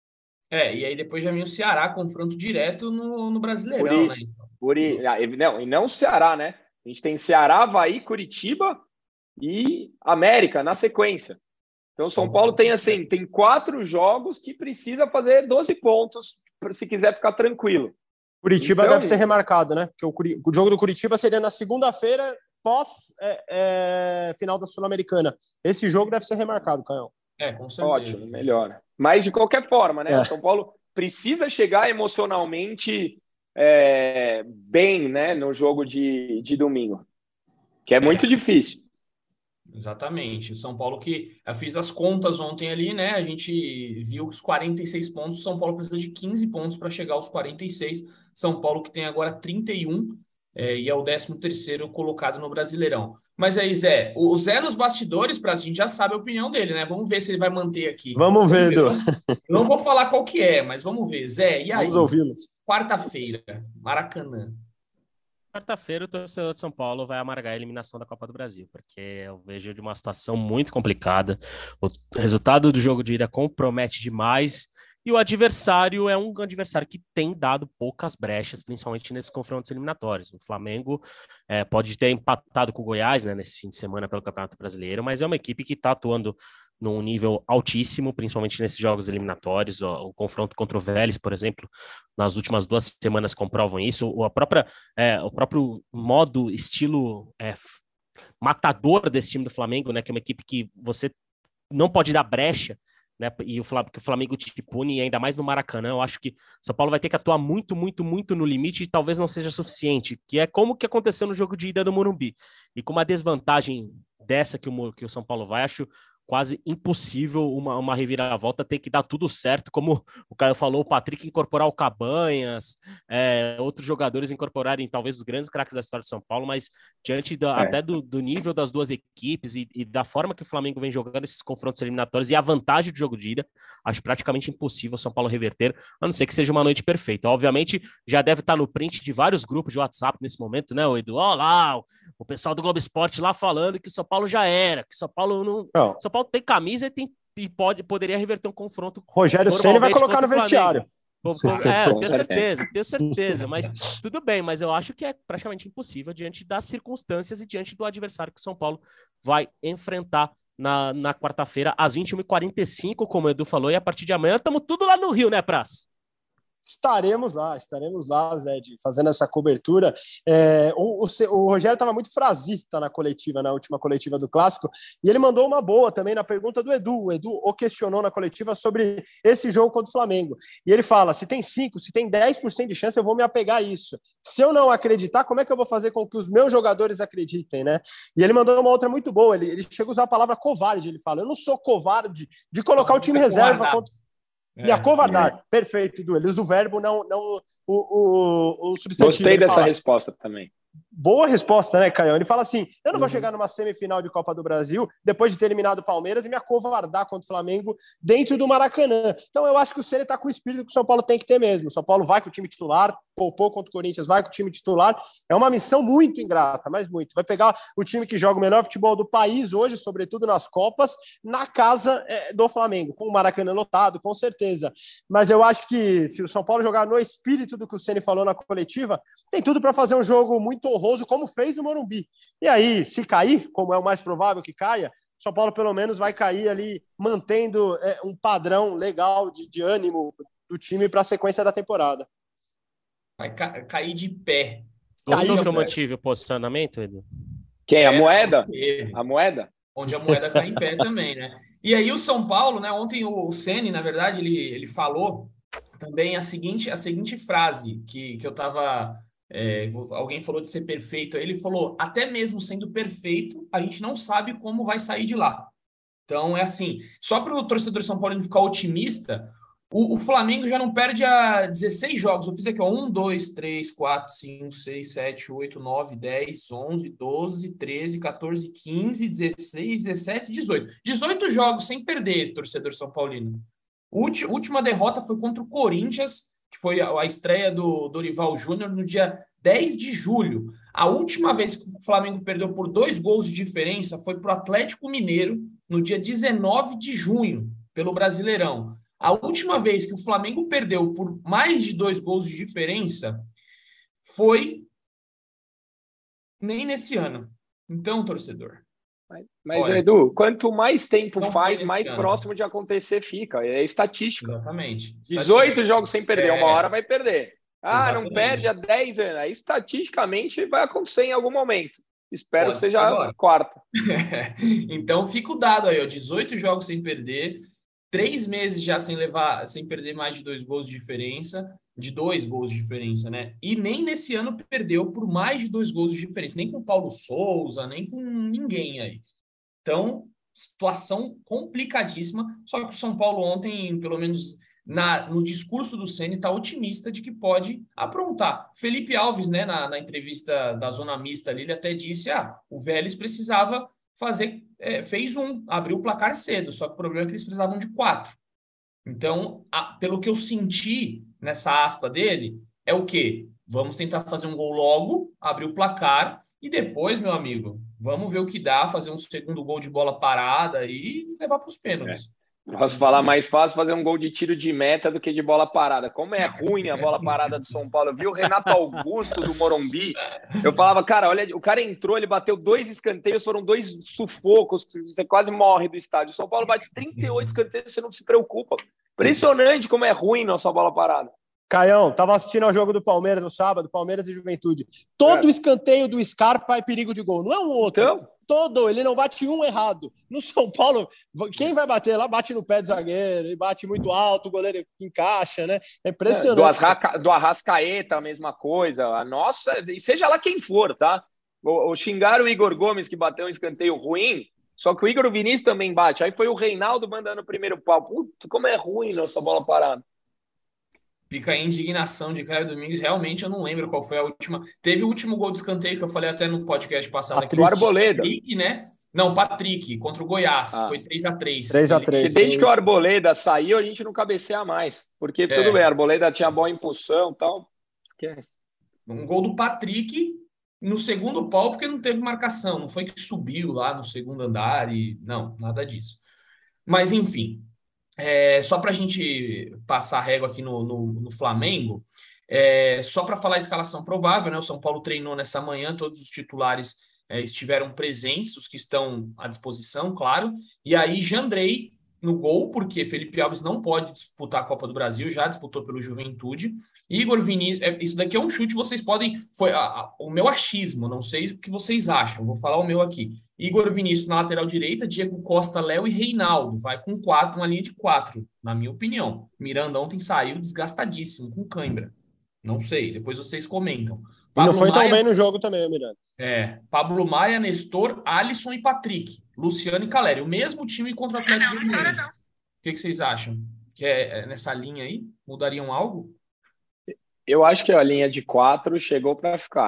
É, e aí depois já vem o Ceará, confronto direto no, no Brasileirão, por isso, né? Por isso, não, e não o Ceará, né? A gente tem Ceará, Avaí, Curitiba e América na sequência. Então, São Paulo tem assim, tem quatro jogos que precisa fazer doze pontos se quiser ficar tranquilo. Curitiba então, deve ser remarcado, né? Porque o, Curi... o jogo do Curitiba seria na segunda-feira, pós é, é, final da Sul-Americana. Esse jogo deve ser remarcado, Caião. É, com certeza. Ótimo, melhor. Mas, de qualquer forma, né? É. O São Paulo precisa chegar emocionalmente é, bem, né? No jogo de, de domingo. Que é muito é. difícil. Exatamente. O São Paulo que... Eu fiz as contas ontem ali, né? A gente viu que os quarenta e seis pontos, São Paulo precisa de quinze pontos para chegar aos quarenta e seis. São Paulo que tem agora trinta e um é, e é o décimo terceiro colocado no Brasileirão. Mas aí, Zé, o Zé nos bastidores, pra gente já sabe a opinião dele, né? Vamos ver se ele vai manter aqui. Vamos ver, Edu. Não vou falar qual que é, mas vamos ver. Zé, e aí? Vamos ouvi-lo. Quarta-feira, Maracanã. Quarta-feira, o torcedor de São Paulo vai amargar a eliminação da Copa do Brasil, porque eu vejo de uma situação muito complicada. O resultado do jogo de ida compromete demais e o adversário é um adversário que tem dado poucas brechas, principalmente nesses confrontos eliminatórios. O Flamengo é, pode ter empatado com o Goiás, né, nesse fim de semana pelo Campeonato Brasileiro, mas é uma equipe que está atuando num nível altíssimo, principalmente nesses jogos eliminatórios. O, o confronto contra o Vélez, por exemplo, nas últimas duas semanas comprovam isso. O, a própria, é, o próprio modo, estilo é, matador desse time do Flamengo, né, que é uma equipe que você não pode dar brecha, né, e o Flamengo, que o Flamengo te pune, ainda mais no Maracanã. Eu acho que São Paulo vai ter que atuar muito, muito, muito no limite e talvez não seja suficiente, que é como que aconteceu no jogo de ida do Morumbi. E com uma desvantagem dessa que o, que o São Paulo vai, acho quase impossível uma, uma reviravolta, ter que dar tudo certo, como o Caio falou, o Patrick incorporar o Cabanhas, é, outros jogadores incorporarem talvez os grandes craques da história de São Paulo, mas diante da, é. até do, do nível das duas equipes e, e da forma que o Flamengo vem jogando esses confrontos eliminatórios e a vantagem do jogo de ida, acho praticamente impossível o São Paulo reverter, a não ser que seja uma noite perfeita. Obviamente, já deve estar no print de vários grupos de WhatsApp nesse momento, né, o Edu? Olha lá, o pessoal do Globo Esporte lá falando que o São Paulo já era, que o São Paulo não... não. São Paulo tem camisa e, tem, e pode, poderia reverter um confronto. Rogério Ceni vai colocar no vestiário. É, eu tenho certeza, tenho certeza, mas tudo bem, mas eu acho que é praticamente impossível diante das circunstâncias e diante do adversário que o São Paulo vai enfrentar na, na quarta-feira, às vinte e uma e quarenta e cinco, como o Edu falou, e a partir de amanhã estamos tudo lá no Rio, né, Praz? Estaremos lá, estaremos lá, Zé, fazendo essa cobertura. É, o, o, o Rogério estava muito frasista na coletiva, na última coletiva do Clássico, e ele mandou uma boa também na pergunta do Edu. O Edu o questionou na coletiva sobre esse jogo contra o Flamengo. E ele fala, se tem cinco, se tem dez por cento de chance, eu vou me apegar a isso. Se eu não acreditar, como é que eu vou fazer com que os meus jogadores acreditem, né? E ele mandou uma outra muito boa, ele, ele chega a usar a palavra covarde, ele fala, eu não sou covarde de colocar o time reserva contra... Me acovardar. É. Perfeito, Edu. Ele usa o verbo, não, não o, o, o substantivo. Gostei dessa fala. resposta também. Boa resposta, né, Caio? Ele fala assim, eu não vou chegar numa semifinal de Copa do Brasil depois de ter eliminado o Palmeiras e me acovardar contra o Flamengo dentro do Maracanã. Então eu acho que o Ceni está com o espírito que o São Paulo tem que ter mesmo. O São Paulo vai com o time titular, poupou contra o Corinthians, vai com o time titular. É uma missão muito ingrata, mas muito. Vai pegar o time que joga o melhor futebol do país hoje, sobretudo nas Copas, na casa é, do Flamengo, com o Maracanã lotado, com certeza. Mas eu acho que se o São Paulo jogar no espírito do que o Ceni falou na coletiva, tem tudo para fazer um jogo muito honroso, como fez no Morumbi. E aí, se cair, como é o mais provável que caia, o São Paulo pelo menos vai cair ali, mantendo é, um padrão legal de, de ânimo do time para a sequência da temporada. Vai ca- cair de pé. Gostou Cair que eu de pé. mantive o posicionamento, Edu? Quem? A É, moeda? teve. A moeda? Onde a moeda cai em pé também, né? E aí o São Paulo, né? Ontem o Ceni, na verdade, ele, ele falou também a seguinte, a seguinte frase que, que eu tava... É, alguém falou de ser perfeito, aí ele falou, até mesmo sendo perfeito, a gente não sabe como vai sair de lá. Então é assim, só para o torcedor São Paulo ficar otimista, o, o Flamengo já não perde há dezesseis jogos. Eu fiz aqui, ó, um, dois, três, quatro, cinco, seis, sete, oito, nove, dez, onze, doze, treze, quatorze, quinze, dezesseis, dezessete, dezoito. dezoito jogos sem perder, torcedor São Paulino. A última derrota foi contra o Corinthians, que foi a estreia do Dorival Júnior no dia dez de julho. A última vez que o Flamengo perdeu por dois gols de diferença foi para o Atlético Mineiro no dia dezenove de junho, pelo Brasileirão. A última vez que o Flamengo perdeu por mais de dois gols de diferença foi nem nesse ano. Então, torcedor... Mas, mas Olha, Edu, quanto mais tempo não faz, foi mais esse ano. próximo de acontecer fica. É estatística. Exatamente. dezoito jogos sem perder, É. uma hora vai perder. Ah, Exatamente. não perde há dez anos. Aí, estatisticamente, vai acontecer em algum momento. Espero Pode que ser seja agora. a quarta. Então fica o dado aí, ó, dezoito jogos sem perder, três meses já sem levar, sem perder mais de dois gols de diferença, de dois gols de diferença, né? E nem nesse ano perdeu por mais de dois gols de diferença, nem com o Paulo Souza, nem com ninguém aí. Então, situação complicadíssima, só que o São Paulo ontem, pelo menos na, no discurso do Ceni, está otimista de que pode aprontar. Felipe Alves, né, na, na entrevista da Zona Mista ali, ele até disse, ah, o Vélez precisava fazer, é, fez um, abriu o placar cedo, só que o problema é que eles precisavam de quatro. Então, a, pelo que eu senti nessa aspa dele, é o quê? Vamos tentar fazer um gol logo, abrir o placar e depois, meu amigo, vamos ver o que dá, fazer um segundo gol de bola parada e levar para os pênaltis. É. Posso falar mais fácil fazer um gol de tiro de meta do que de bola parada. Como é ruim a bola parada do São Paulo. Eu vi o Renato Augusto do Morumbi. Eu falava, cara, olha, o cara entrou, ele bateu dois escanteios, foram dois sufocos, você quase morre do estádio. O São Paulo bate trinta e oito escanteios, você não se preocupa. Impressionante como é ruim nossa bola parada. Caião, tava assistindo ao jogo do Palmeiras no sábado, Palmeiras e Juventude. Todo é. escanteio do Scarpa é perigo de gol, não é um outro. Então... Todo, ele não bate um errado. No São Paulo, quem vai bater lá, bate no pé do zagueiro, e bate muito alto, o goleiro encaixa, né? É impressionante. Do, Arrasca, do Arrascaeta, a mesma coisa. A nossa, e seja lá quem for, tá? O, o xingaram o Igor Gomes, que bateu um escanteio ruim, só que o Igor Vinícius também bate. Aí foi o Reinaldo mandando o primeiro pau. Putz, como é ruim nossa bola parada. Fica a indignação de Caio Domingues. Realmente eu não lembro qual foi a última. Teve o último gol de escanteio que eu falei até no podcast passado. Patrick. Aqui. O Arboleda. Patrick, né? Não, Patrick, contra o Goiás. Ah. Foi três a três. três a três. Desde que o Arboleda saiu, a gente não cabeceia mais. Porque é. tudo bem, a Arboleda tinha boa impulsão e tal. Esquece. Um gol do Patrick no segundo pau, porque não teve marcação. Não foi que subiu lá no segundo andar e... Não, nada disso. Mas, enfim... É, só para a gente passar a régua aqui no, no, no Flamengo, é, só para falar a escalação provável, né? O São Paulo treinou nessa manhã, todos os titulares é, estiveram presentes, os que estão à disposição, claro. E aí, Jandrei no gol, porque Felipe Alves não pode disputar a Copa do Brasil, já disputou pelo Juventude. Igor Vinícius, é, isso daqui é um chute, vocês podem... Foi a, a, o meu achismo, não sei o que vocês acham, vou falar o meu aqui. Igor Vinícius na lateral direita, Diego Costa, Léo e Reinaldo. Vai com quatro, uma linha de quatro, na minha opinião. Miranda ontem saiu desgastadíssimo, com cãibra. Não sei, depois vocês comentam. Pablo e não foi Maia, tão bem no jogo também, Miranda. É, Pablo Maia, Nestor, Alisson e Patrick. Luciano e Caleri. O mesmo time contra o Atlético não, não, não. O que, que vocês acham? Que é, é nessa linha aí? Mudariam algo? Eu acho que a linha de quatro chegou para ficar, né?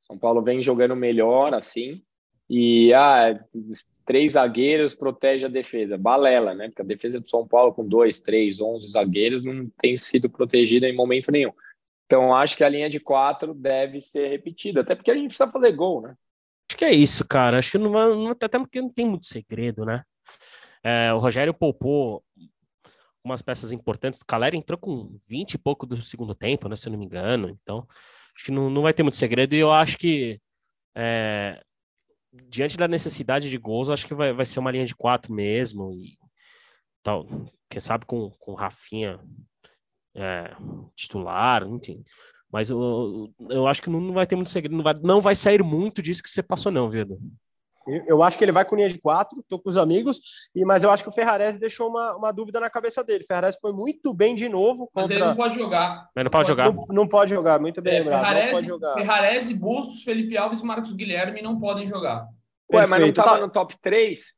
São Paulo vem jogando melhor, assim, e ah, três zagueiros protege a defesa. Balela, né? Porque a defesa do São Paulo com dois, três, onze zagueiros não tem sido protegida em momento nenhum. Então, acho que a linha de quatro deve ser repetida, até porque a gente precisa fazer gol, né? Acho que é isso, cara. Acho que não, não até porque não tem muito segredo, né? É, o Rogério poupou umas peças importantes. O Calera entrou com vinte e pouco do segundo tempo, né? Se eu não me engano. Então, acho que não, não vai ter muito segredo. E eu acho que é, diante da necessidade de gols, acho que vai, vai ser uma linha de quatro mesmo. E tal. Quem sabe com o Rafinha é, titular, enfim. Mas eu, eu acho que não, não vai ter muito segredo. Não vai, não vai sair muito disso que você passou, não, Vido. Eu acho que ele vai com linha de quatro, tô com os amigos, e, mas eu acho que o Ferrarese deixou uma, uma dúvida na cabeça dele. O Ferrarese foi muito bem de novo contra... Mas ele não pode jogar. Mas não pode jogar. Não, não pode jogar, muito bem é, lembrado. Ferrarese, não pode jogar. Ferrarese, Bustos, Felipe Alves e Marcos Guilherme não podem jogar. Ué, mas não tava tá... no top três?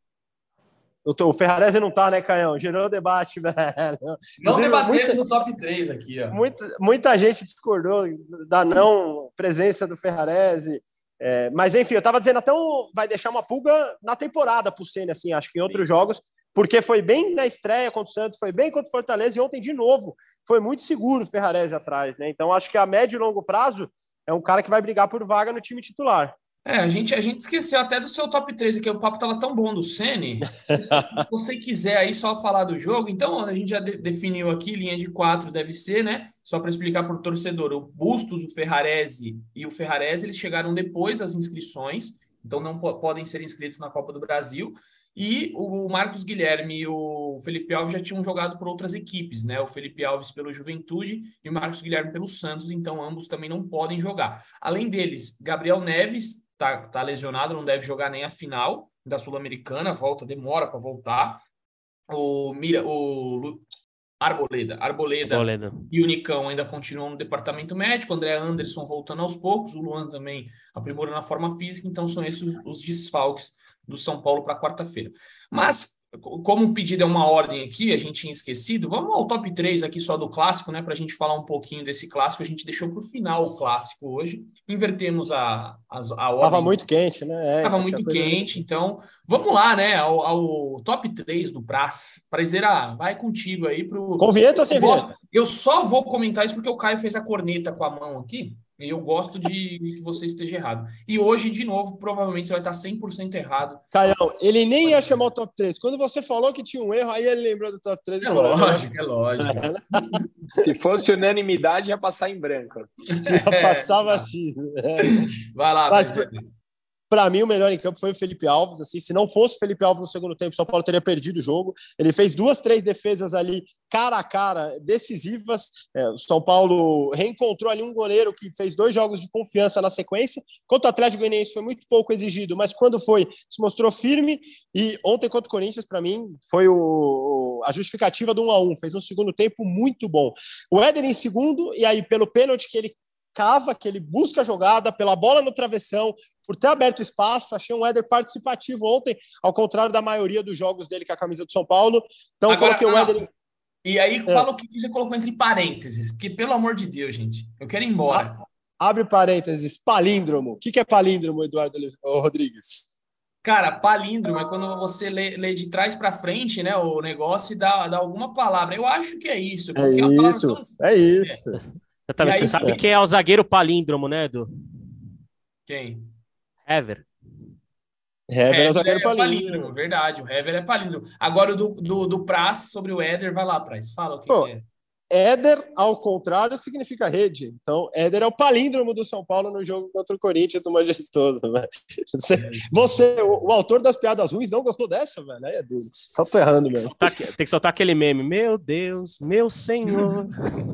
O Ferrarese não tá, né, Caião? Gerou debate, velho. Não debatemos muita, o top três aqui, ó. Muita, muita gente discordou da não presença do Ferrarese. É, mas, enfim, eu estava dizendo, até um, vai deixar uma pulga na temporada pro Ceni, assim, acho que em outros Sim. jogos, porque foi bem na estreia contra o Santos, foi bem contra o Fortaleza, e ontem, de novo, foi muito seguro o Ferrarese atrás, né? Então, acho que a médio e longo prazo é um cara que vai brigar por vaga no time titular. É, a gente, a gente esqueceu até do seu top três aqui, o papo tava tão bom do Ceni. Se, se você quiser aí só falar do jogo, então a gente já de, definiu aqui, linha de quatro deve ser, né? Só para explicar para o torcedor, o Bustos, o Ferrarese e o Ferrarese, eles chegaram depois das inscrições, então não po- podem ser inscritos na Copa do Brasil. E o Marcos Guilherme e o Felipe Alves já tinham jogado por outras equipes, né? O Felipe Alves pelo Juventude e o Marcos Guilherme pelo Santos, então ambos também não podem jogar. Além deles, Gabriel Neves tá, tá lesionado, não deve jogar nem a final da Sul-Americana, volta, demora para voltar. O, Mira, o Arboleda, Arboleda, Arboleda e o Nicão ainda continuam no departamento médico, André Anderson voltando aos poucos, o Luan também aprimorando a forma física, então são esses os, os desfalques do São Paulo para quarta-feira. Mas, como o pedido é uma ordem aqui, a gente tinha esquecido, vamos ao top três aqui só do clássico, né, para a gente falar um pouquinho desse clássico. A gente deixou para o final o clássico hoje, invertemos a, a, a ordem. Tava muito quente, né? É, Tava muito quente, muito... então vamos lá, né, ao, ao top três do Praz. Prazeira, vai contigo aí pro... Com vinheta ou sem vinheta? Eu só vou comentar isso porque o Caio fez a corneta com a mão aqui, e eu gosto de que você esteja errado. E hoje, de novo, provavelmente você vai estar cem por cento errado. Caião, ele nem ia chamar o top três. Quando você falou que tinha um erro, aí ele lembrou do top três. É lógico, é lógico. Se fosse unanimidade, ia passar em branco. Já passava X. Vai lá, Mas, para mim, o melhor em campo foi o Felipe Alves. Assim, se não fosse o Felipe Alves no segundo tempo, o São Paulo teria perdido o jogo. Ele fez duas, três defesas ali, cara a cara, decisivas. É, o São Paulo reencontrou ali um goleiro que fez dois jogos de confiança na sequência. Contra o Atlético Goianiense foi muito pouco exigido, mas quando foi, se mostrou firme. E ontem contra o Corinthians, para mim, foi o, a justificativa do um a um. Fez um segundo tempo muito bom. O Éder em segundo, e aí pelo pênalti que ele cava, que ele busca a jogada, pela bola no travessão, por ter aberto espaço, achei um Éder participativo ontem, ao contrário da maioria dos jogos dele com a camisa do São Paulo. Então, Agora, coloquei o Éder... E aí, é. fala o que você colocou entre parênteses, porque, pelo amor de Deus, gente, eu quero ir embora. Ah, abre parênteses, palíndromo. O que é palíndromo, Eduardo Rodrigues? Cara, palíndromo é quando você lê, lê de trás para frente, né, o negócio e dá, dá alguma palavra. Eu acho que é isso. É isso, tão... é isso. Exatamente. Aí, você sabe é. quem é o zagueiro palíndromo, né, Edu? Quem? Hever. Hever é o zagueiro é palíndromo. palíndromo. Verdade, o Hever é palíndromo. Agora o do, do, do Praz sobre o Éder, vai lá, Praz. Fala o que, Pô, que é. Éder, ao contrário, significa rede. Então, Éder é o palíndromo do São Paulo no jogo contra o Corinthians do Majestoso. Você, você o, o autor das piadas ruins, não gostou dessa, velho? É, só tô errando, mesmo. Tem que soltar aquele meme. Meu Deus, meu Senhor.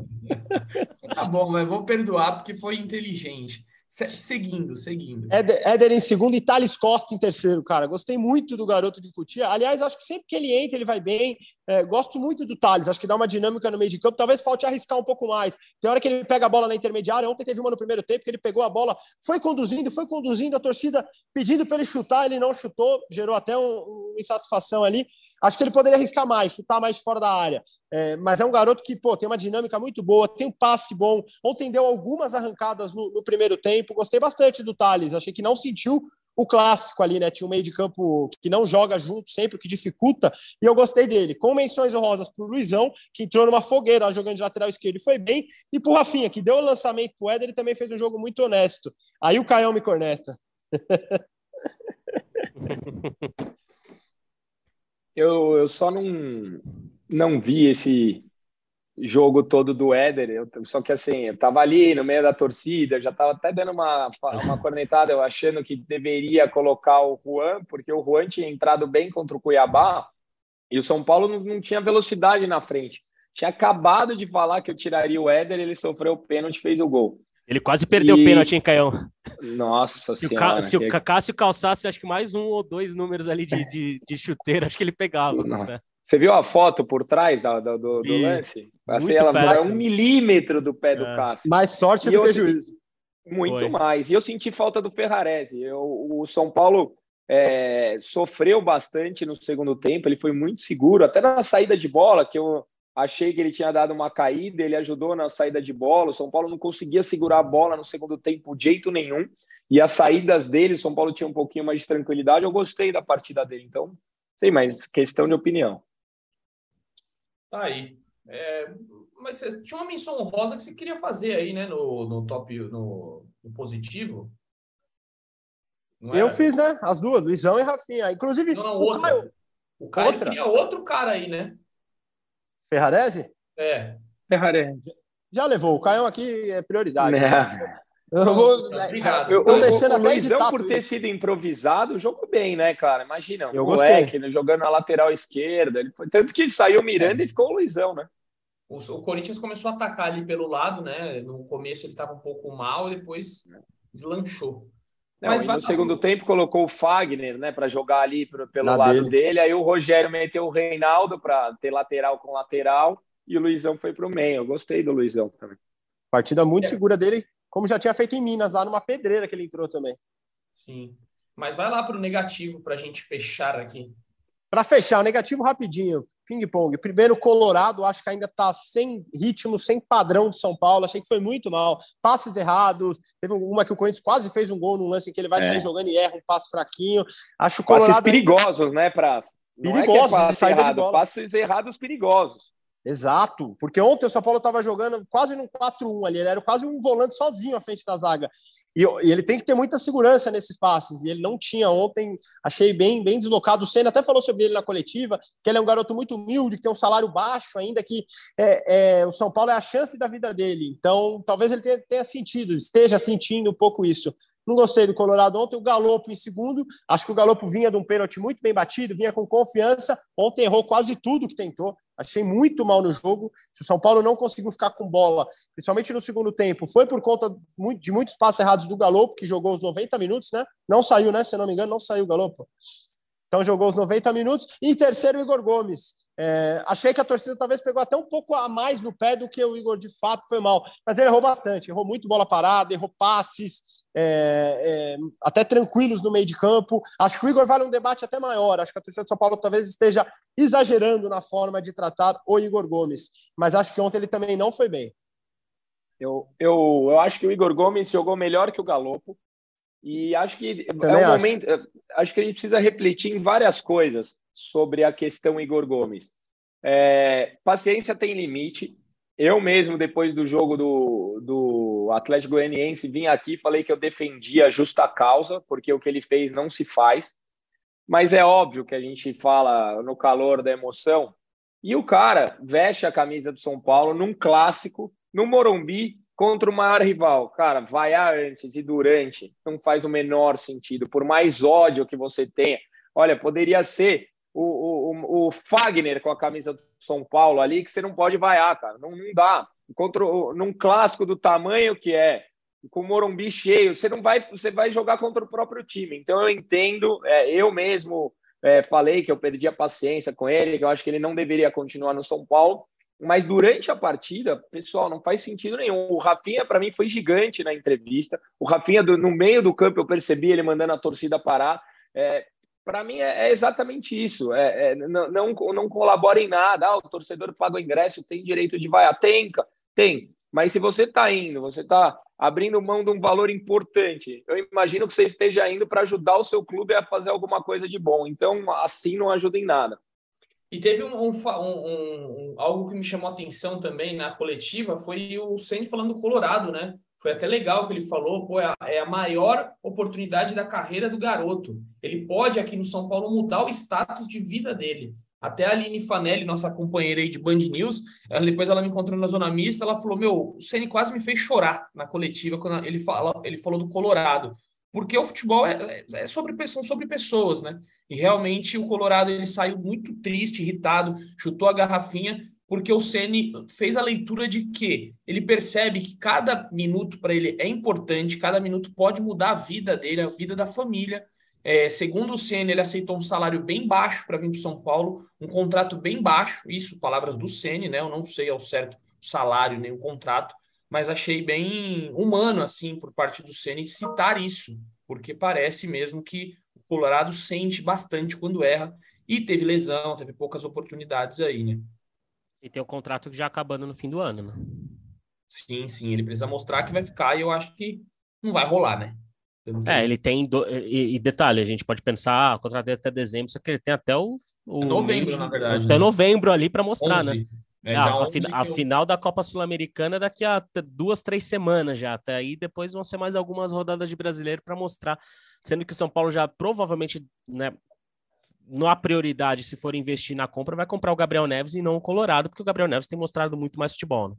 Tá bom, mas vou perdoar porque foi inteligente. Se, seguindo, seguindo. Éder, Éder em segundo e Thales Costa em terceiro, cara. Gostei muito do garoto de Cotia. Aliás, acho que sempre que ele entra, ele vai bem. É, gosto muito do Thales. Acho que dá uma dinâmica no meio de campo. Talvez falte arriscar um pouco mais. Tem hora que ele pega a bola na intermediária. Ontem teve uma no primeiro tempo que ele pegou a bola, foi conduzindo, foi conduzindo, a torcida pedindo para ele chutar, ele não chutou, gerou até uma um insatisfação ali. Acho que ele poderia arriscar mais, chutar mais fora da área. é, mas é um garoto que, pô, tem uma dinâmica muito boa, tem um passe bom. Ontem deu algumas arrancadas no, no primeiro tempo, gostei bastante do Thales, achei que não sentiu o clássico ali, né? Tinha um meio de campo que não joga junto sempre, o que dificulta, e eu gostei dele. Com menções honrosas pro Luizão, que entrou numa fogueira jogando de lateral esquerdo e foi bem, e pro Rafinha, que deu o lançamento pro Éder, ele também fez um jogo muito honesto. Aí o Caião me corneta. eu, eu só não, não vi esse jogo todo do Éder, eu, só que assim, eu tava ali no meio da torcida, eu já tava até dando uma, uma cornetada, eu achando que deveria colocar o Juan, porque o Juan tinha entrado bem contra o Cuiabá, e o São Paulo não, não tinha velocidade na frente. Tinha acabado de falar que eu tiraria o Éder, ele sofreu o pênalti e fez o gol. Ele quase perdeu o e... pênalti, hein, Caião? Nossa se senhora. O Ca... Se que... o Cássio calçasse, acho que mais um ou dois números ali de, de, de chuteiro, acho que ele pegava. Né? Você viu a foto por trás do, do, do, do lance? Assim, ela era um milímetro do pé é. do Cássio. Mais sorte e do eu, que juízo. Muito Foi. mais. E eu senti falta do Ferrarese. Eu, o São Paulo é, sofreu bastante no segundo tempo, ele foi muito seguro, até na saída de bola, que eu achei que ele tinha dado uma caída, ele ajudou na saída de bola. O São Paulo não conseguia segurar a bola no segundo tempo de jeito nenhum. E as saídas dele, o São Paulo tinha um pouquinho mais de tranquilidade. Eu gostei da partida dele. Então, sei, mas questão de opinião. Tá aí. É, mas tinha uma menção honrosa que você queria fazer aí, né? No, no top, no, no positivo. Não eu era? Fiz, né? As duas, Luizão e Rafinha. Inclusive, não, não, o outra. Caio... O Caio queria outro cara aí, né? Ferrarese? É. Ferrarese. Já levou. O Caio aqui é prioridade. É. Eu vou... Obrigado. Eu, o, deixando o, até o Luizão, por isso. ter sido improvisado, jogou bem, né, cara? Imagina, um eu moleque né, jogando na lateral esquerda. Ele foi... Tanto que saiu o Miranda é. e ficou o Luizão, né? O, o Corinthians começou a atacar ali pelo lado, né? No começo ele estava um pouco mal, depois deslanchou. Não, Mas no segundo pro... tempo colocou o Fagner, né, para jogar ali pro, pelo Na lado dele. dele. Aí o Rogério meteu o Reinaldo para ter lateral com lateral e o Luizão foi para o meio. Eu gostei do Luizão também. Partida muito é. segura dele, como já tinha feito em Minas, lá numa pedreira que ele entrou também. Sim. Mas vai lá para o negativo para a gente fechar aqui. Para fechar, o negativo rapidinho, ping-pong. Primeiro, Colorado, acho que ainda está sem ritmo, sem padrão de São Paulo. Achei que foi muito mal. Passes errados. Teve uma que o Corinthians quase fez um gol num lance em que ele vai é. sair jogando e erra um passe fraquinho. Acho o Colorado passes perigosos, ainda... né, Praz? Perigosos, é de saída de bola. Passes errados perigosos. Exato, porque ontem o São Paulo estava jogando quase num quatro a um ali, ele era quase um volante sozinho à frente da zaga. E, e ele tem que ter muita segurança nesses passes, e ele não tinha ontem, achei bem, bem deslocado. O Senna até falou sobre ele na coletiva, que ele é um garoto muito humilde, que tem um salário baixo ainda, que é, é, o São Paulo é a chance da vida dele. Então, talvez ele tenha, tenha sentido, esteja sentindo um pouco isso. Não gostei do Colorado ontem, o Galopo em segundo, acho que o Galopo vinha de um pênalti muito bem batido, vinha com confiança, ontem errou quase tudo que tentou, achei muito mal no jogo. Se o São Paulo não conseguiu ficar com bola, principalmente no segundo tempo, foi por conta de muitos passes errados do Galopo, que jogou os noventa minutos, né? Não saiu, né? Se eu não me engano, não saiu o Galopo. Então jogou os noventa minutos. E em terceiro, o Igor Gomes. É, achei que a torcida talvez pegou até um pouco a mais no pé do que o Igor de fato foi mal. Mas ele errou bastante, errou muito bola parada, errou passes, é, é, até tranquilos no meio de campo. Acho que o Igor vale um debate até maior. Acho que a torcida de São Paulo talvez esteja exagerando na forma de tratar o Igor Gomes. Mas acho que ontem ele também não foi bem. Eu, eu, eu acho que o Igor Gomes jogou melhor que o Galopo. E acho que também é um acho. momento. Acho que a gente precisa refletir em várias coisas sobre a questão Igor Gomes. É, paciência tem limite. Eu mesmo, depois do jogo do, do Atlético Goianiense, vim aqui e falei que eu defendia a justa causa, porque o que ele fez não se faz. Mas é óbvio que a gente fala no calor da emoção. E o cara veste a camisa do São Paulo num clássico, no Morumbi, contra o maior rival. Cara, vaiar antes e durante não faz o menor sentido. Por mais ódio que você tenha. Olha, poderia ser o, o, o Fagner com a camisa do São Paulo ali, que você não pode vaiar, cara. Não, não dá. Contra, num clássico do tamanho que é, com o Morumbi cheio, você não vai, você vai jogar contra o próprio time. Então eu entendo, é, eu mesmo é, falei que eu perdi a paciência com ele, que eu acho que ele não deveria continuar no São Paulo. Mas durante a partida, pessoal, não faz sentido nenhum. O Rafinha, para mim, foi gigante na entrevista. O Rafinha, do, no meio do campo, eu percebi ele mandando a torcida parar. É, Para mim é, é exatamente isso. É, é, não, não, não colabora em nada. Ah, o torcedor paga o ingresso, tem direito de vaiar. Tem, tem. Mas se você está indo, você está abrindo mão de um valor importante, eu imagino que você esteja indo para ajudar o seu clube a fazer alguma coisa de bom. Então, assim não ajuda em nada. E teve um, um, um, um algo que me chamou a atenção também na coletiva, foi o Ceni falando do Colorado, né? Foi até legal que ele falou, pô, é a, é a maior oportunidade da carreira do garoto. Ele pode, aqui no São Paulo, mudar o status de vida dele. Até a Aline Fanelli, nossa companheira aí de Band News, ela, depois ela me encontrou na Zona Mista, ela falou, meu, o Ceni quase me fez chorar na coletiva quando ele, fala, ele falou do Colorado. Porque o futebol é, é sobre, são sobre pessoas, né? E realmente o Colorado ele saiu muito triste, irritado, chutou a garrafinha, porque o Ceni fez a leitura de que ele percebe que cada minuto para ele é importante, cada minuto pode mudar a vida dele, a vida da família. É, segundo o Ceni, ele aceitou um salário bem baixo para vir para São Paulo, um contrato bem baixo, isso, palavras do Ceni, né? Eu não sei ao certo o salário nem o contrato, mas achei bem humano, assim, por parte do Ceni citar isso, porque parece mesmo que o Colorado sente bastante quando erra, e teve lesão, teve poucas oportunidades aí, né? E tem o contrato já acabando no fim do ano, né? Sim, sim, ele precisa mostrar que vai ficar, e eu acho que não vai rolar, né? É, ele tem, do... e, e detalhe, a gente pode pensar, ah, o contrato dele até dezembro, só que ele tem até o... o é novembro, de... na verdade. Até né? novembro ali para mostrar, onze. Né? É, ah, a, fi... eu... a final da Copa Sul-Americana é daqui a duas, três semanas já. Até aí depois vão ser mais algumas rodadas de brasileiro para mostrar. Sendo que o São Paulo já provavelmente, né, não há prioridade, se for investir na compra, vai comprar o Gabriel Neves e não o Colorado, porque o Gabriel Neves tem mostrado muito mais futebol. Né?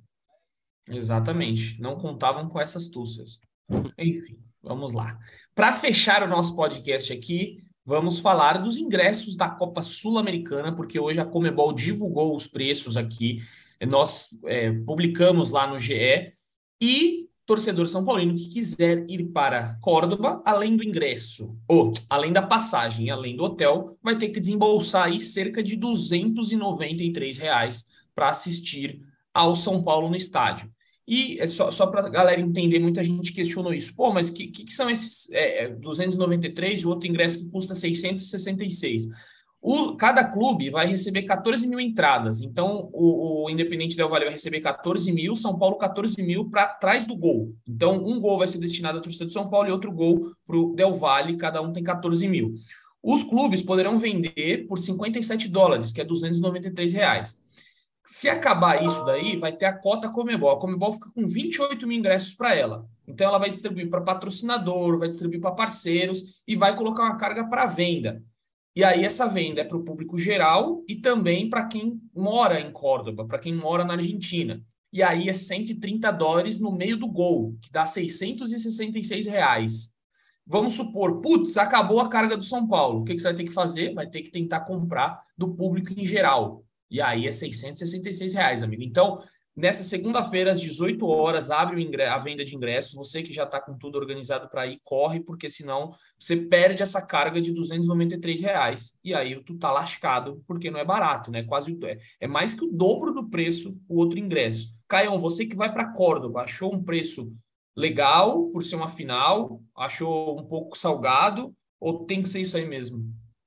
Exatamente. Não contavam com essas astúcias. Enfim, vamos lá. Para fechar o nosso podcast aqui, vamos falar dos ingressos da Copa Sul-Americana, porque hoje a Conmebol divulgou os preços aqui. Nós é, publicamos lá no G E. E torcedor são paulino que quiser ir para Córdoba, além do ingresso, ou além da passagem, além do hotel, vai ter que desembolsar aí cerca de duzentos e noventa e três reais para assistir ao São Paulo no estádio. E é só, só para a galera entender, muita gente questionou isso. Pô, mas que, que, que são esses é, duzentos e noventa e três e o outro ingresso que custa seiscentos e sessenta e seis? O, cada clube vai receber quatorze mil entradas. Então, o, o Independente Del Valle vai receber quatorze mil, São Paulo quatorze mil para trás do gol. Então, um gol vai ser destinado à torcida do São Paulo e outro gol para o Del Valle, cada um tem quatorze mil. Os clubes poderão vender por cinquenta e sete dólares, que é duzentos e noventa e três reais. Se acabar isso daí, vai ter a cota Conmebol. A Conmebol fica com vinte e oito mil ingressos para ela. Então, ela vai distribuir para patrocinador, vai distribuir para parceiros e vai colocar uma carga para venda. E aí, essa venda é para o público geral e também para quem mora em Córdoba, para quem mora na Argentina. E aí, é cento e trinta dólares no meio do gol, que dá seiscentos e sessenta e seis reais. Vamos supor, putz, acabou a carga do São Paulo. O que, que você vai ter que fazer? Vai ter que tentar comprar do público em geral. E aí é seiscentos e sessenta e seis reais, amigo. Então, nessa segunda-feira, às dezoito horas, abre o ingre- a venda de ingressos. Você que já está com tudo organizado para ir, corre, porque senão você perde essa carga de duzentos e noventa e três reais. E aí tu tá lascado, porque não é barato, né? Quase é, é mais que o dobro do preço o outro ingresso. Caião, você que vai para Córdoba, achou um preço legal por ser uma final? Achou um pouco salgado? Ou tem que ser isso aí mesmo?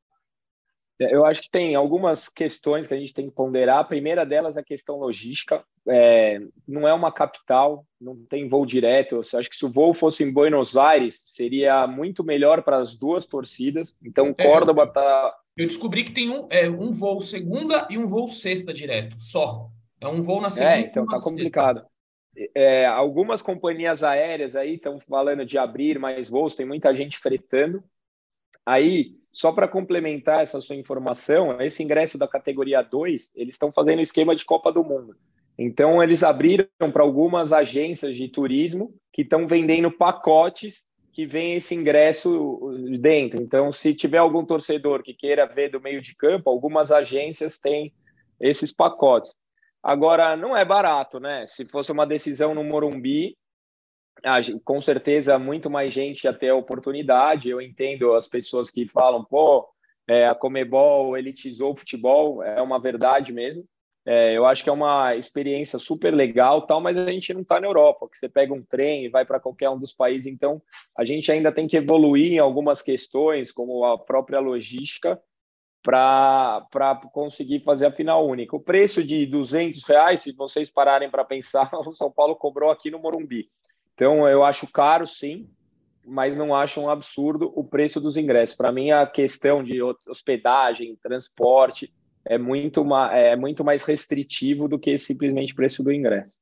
Eu acho que tem algumas questões que a gente tem que ponderar. A primeira delas é a questão logística. É, não é uma capital, não tem voo direto. Eu acho que se o voo fosse em Buenos Aires, seria muito melhor para as duas torcidas. Então, Córdoba está... Eu descobri que tem um, é, um voo segunda e um voo sexta direto, só. É um voo na segunda. É, então tá complicado. É, algumas companhias aéreas aí estão falando de abrir mais voos, tem muita gente fretando. Aí... Só para complementar essa sua informação, esse ingresso da categoria dois, eles estão fazendo esquema de Copa do Mundo. Então, eles abriram para algumas agências de turismo que estão vendendo pacotes que vem esse ingresso dentro. Então, se tiver algum torcedor que queira ver do meio de campo, algumas agências têm esses pacotes. Agora, não é barato, né? Se fosse uma decisão no Morumbi, Ah, com certeza muito mais gente ia ter a oportunidade. Eu entendo as pessoas que falam, pô, é, a Conmebol elitizou o futebol, é uma verdade mesmo, É, eu acho que é uma experiência super legal, tal, mas a gente não está na Europa, que você pega um trem e vai para qualquer um dos países, então a gente ainda tem que evoluir em algumas questões, como a própria logística, para conseguir fazer a final única. O preço de duzentos reais, se vocês pararem para pensar, o São Paulo cobrou aqui no Morumbi. Então eu acho caro, sim, mas não acho um absurdo o preço dos ingressos. Para mim, a questão de hospedagem, transporte, é muito, é muito mais restritivo do que simplesmente o preço do ingresso.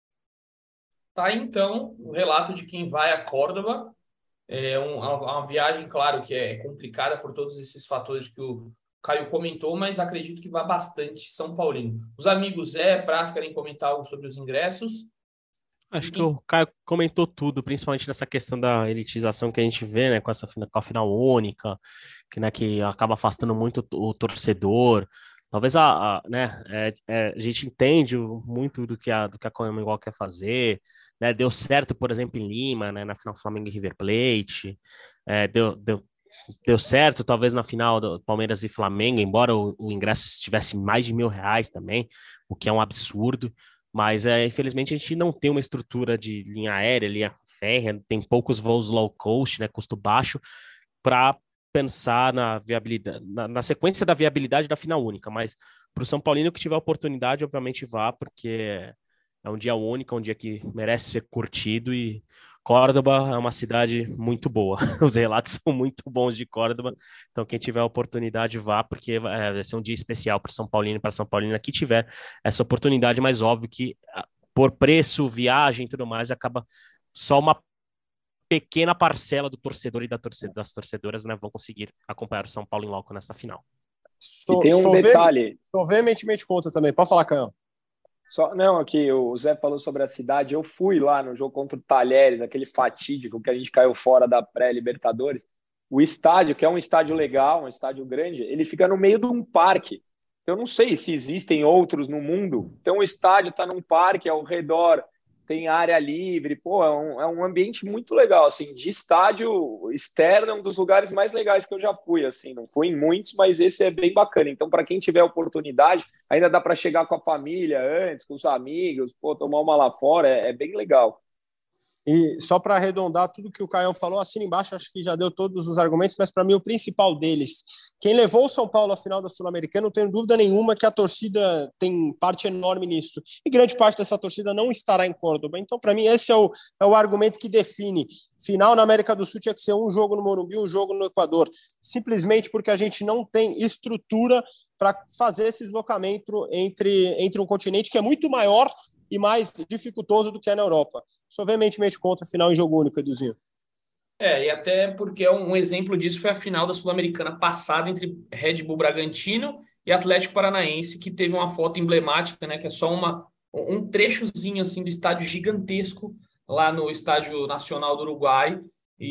Tá, então, o relato de quem vai a Córdoba. É um, uma viagem, claro, que é complicada por todos esses fatores que o Caio comentou, mas acredito que vai bastante São Paulino. Os amigos Zé, Praz, querem comentar algo sobre os ingressos? Acho que o Caio comentou tudo, principalmente nessa questão da elitização que a gente vê, né, com essa com a final única, que, né, que acaba afastando muito o torcedor. Talvez a, a, né, é, é, a gente entende muito do que a, do que a Conmebol quer fazer, né, deu certo, por exemplo, em Lima, né, na final Flamengo e River Plate, é, deu, deu, deu certo, talvez, na final do Palmeiras e Flamengo, embora o, o ingresso estivesse mais de mil reais também, o que é um absurdo, mas é, infelizmente a gente não tem uma estrutura de linha aérea, linha férrea, tem poucos voos low cost, né, custo baixo, para pensar na viabilidade, na, na sequência da viabilidade da final única, mas para o São Paulino que tiver oportunidade, obviamente vá, porque é um dia único, é um dia que merece ser curtido, e Córdoba é uma cidade muito boa. Os relatos são muito bons de Córdoba, então quem tiver oportunidade vá, porque é, vai ser um dia especial para o São Paulino e para São Paulina que tiver essa oportunidade, mas óbvio que por preço, viagem e tudo mais, acaba só uma pequena parcela do torcedor e da torcedora, das torcedoras, né, vão conseguir acompanhar o São Paulo em loco nessa final. So, e tem um sou detalhe. Sou veementemente contra também. Pode falar, Canhão. Só, não, aqui o Zé falou sobre a cidade. Eu fui lá no jogo contra o Talheres, aquele fatídico que a gente caiu fora da pré-Libertadores. O estádio, que é um estádio legal, um estádio grande, ele fica no meio de um parque. Eu não sei se existem outros no mundo. Então o estádio está num parque ao redor, tem área livre, pô, é um, é um ambiente muito legal, assim, de estádio externo, é um dos lugares mais legais que eu já fui, assim, não fui em muitos, mas esse é bem bacana. Então, para quem tiver oportunidade, ainda dá para chegar com a família antes, com os amigos, pô, tomar uma lá fora, é, é bem legal. E só para arredondar tudo que o Caio falou, assina embaixo, acho que já deu todos os argumentos, mas para mim o principal deles, quem levou o São Paulo à final da Sul-Americana, não tenho dúvida nenhuma que a torcida tem parte enorme nisso. E grande parte dessa torcida não estará em Córdoba. Então, para mim, esse é o, é o argumento que define. Final na América do Sul tinha que ser um jogo no Morumbi, um jogo no Equador. Simplesmente porque a gente não tem estrutura para fazer esse deslocamento entre, entre um continente que é muito maior e mais dificultoso do que é na Europa. Sou veementemente contra a final em jogo único, Eduzinho. É, e até porque um exemplo disso foi a final da Sul-Americana passada entre Red Bull Bragantino e Atlético Paranaense, que teve uma foto emblemática, né, que é só uma, um trechozinho assim do estádio gigantesco lá no Estádio Nacional do Uruguai,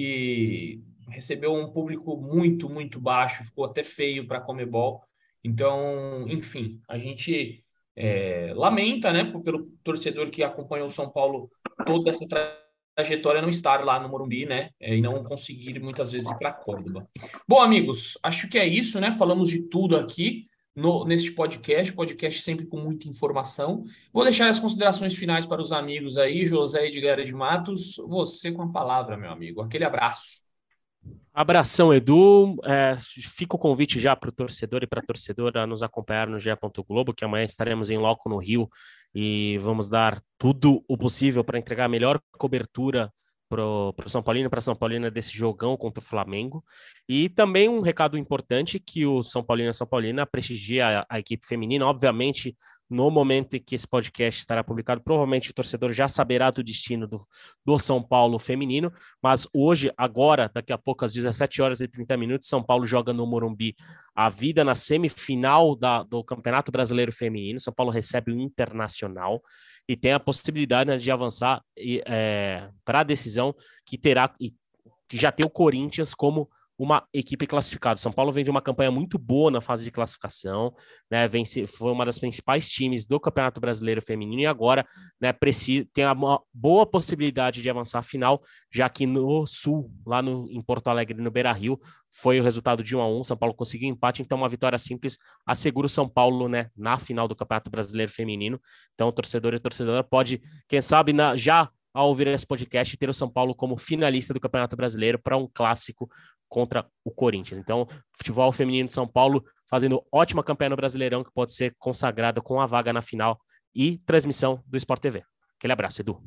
e recebeu um público muito, muito baixo, ficou até feio para a Conmebol. Então, enfim, a gente... É, lamenta, né, pelo torcedor que acompanhou o São Paulo toda essa trajetória não estar lá no Morumbi, né, e não conseguir muitas vezes ir para Córdoba. Bom, amigos, acho que é isso, né, falamos de tudo aqui no, neste podcast, podcast sempre com muita informação. Vou deixar as considerações finais para os amigos aí, José Edgar de Matos, você com a palavra, meu amigo, aquele abraço. Abração, Edu. É, fica o convite já para o torcedor e para a torcedora a nos acompanhar no G E. Globo, que amanhã estaremos em loco no Rio e vamos dar tudo o possível para entregar a melhor cobertura para o São Paulino e para a São Paulina desse jogão contra o Flamengo. E também um recado importante que o São Paulino e a São Paulina prestigia a, a equipe feminina. Obviamente, no momento em que esse podcast estará publicado, provavelmente o torcedor já saberá do destino do, do São Paulo feminino, mas hoje, agora, daqui a pouco, às dezessete horas e trinta minutos, São Paulo joga no Morumbi a vida na semifinal da, do Campeonato Brasileiro Feminino. São Paulo recebe o Internacional e tem a possibilidade, né, de avançar é, para a decisão que terá, e que já tem o Corinthians como uma equipe classificada. São Paulo vem de uma campanha muito boa na fase de classificação, né? Vence, foi uma das principais times do Campeonato Brasileiro Feminino e agora, né, precisa, tem uma boa possibilidade de avançar à final, já que no Sul, lá no, em Porto Alegre, no Beira-Rio, foi o resultado de um a um, São Paulo conseguiu empate, então uma vitória simples assegura o São Paulo, né, na final do Campeonato Brasileiro Feminino. Então o torcedor e torcedora pode, quem sabe, na, já ao ouvir esse podcast, ter o São Paulo como finalista do Campeonato Brasileiro para um clássico contra o Corinthians. Então, futebol feminino de São Paulo fazendo ótima campanha no Brasileirão, que pode ser consagrada com a vaga na final e transmissão do Sport T V. Aquele abraço, Edu.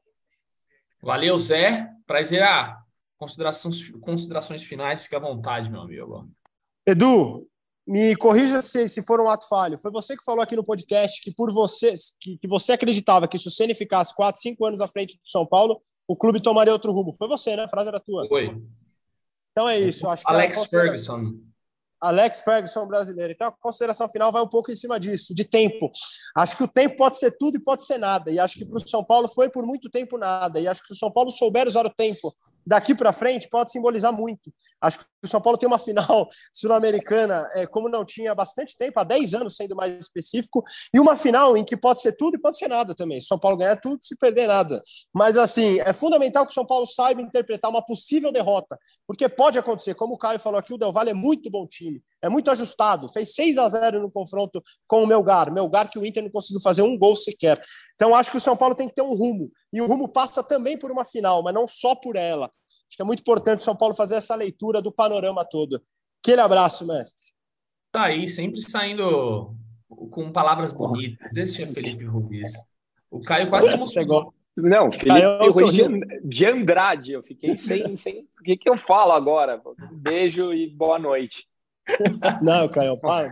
Valeu, Zé. Prazer. Ah, considerações, considerações finais, fica à vontade, meu amigo. Edu, me corrija se, se for um ato falho. Foi você que falou aqui no podcast que por você, que, que você acreditava que se o Ceni ficasse quatro, cinco anos à frente do São Paulo, o clube tomaria outro rumo. Foi você, né? A frase era tua. Foi. Então é isso. Acho que Alex considera... Ferguson. Alex Ferguson brasileiro. Então a consideração final vai um pouco em cima disso, de tempo. Acho que o tempo pode ser tudo e pode ser nada. E acho que para o São Paulo foi por muito tempo nada. E acho que se o São Paulo souber usar o tempo daqui para frente, pode simbolizar muito. Acho que o São Paulo tem uma final sul-americana, é, como não tinha há bastante tempo, há dez anos sendo mais específico, e uma final em que pode ser tudo e pode ser nada também. Se o São Paulo ganhar tudo, se perder nada. Mas, assim, é fundamental que o São Paulo saiba interpretar uma possível derrota, porque pode acontecer. Como o Caio falou aqui, o Del Valle é muito bom time, é muito ajustado, fez seis a zero no confronto com o Melgar, Melgar que o Inter não conseguiu fazer um gol sequer. Então, acho que o São Paulo tem que ter um rumo, e o rumo passa também por uma final, mas não só por ela. Acho que é muito importante o São Paulo fazer essa leitura do panorama todo. Aquele abraço, mestre. Tá aí, sempre saindo com palavras bonitas. Esse é Felipe Ruiz. O Caio quase se emocionou. Não, Felipe Ruiz de, de Andrade. Eu fiquei sem, sem... O que, que eu falo agora? Um beijo e boa noite. Não, Caio, para.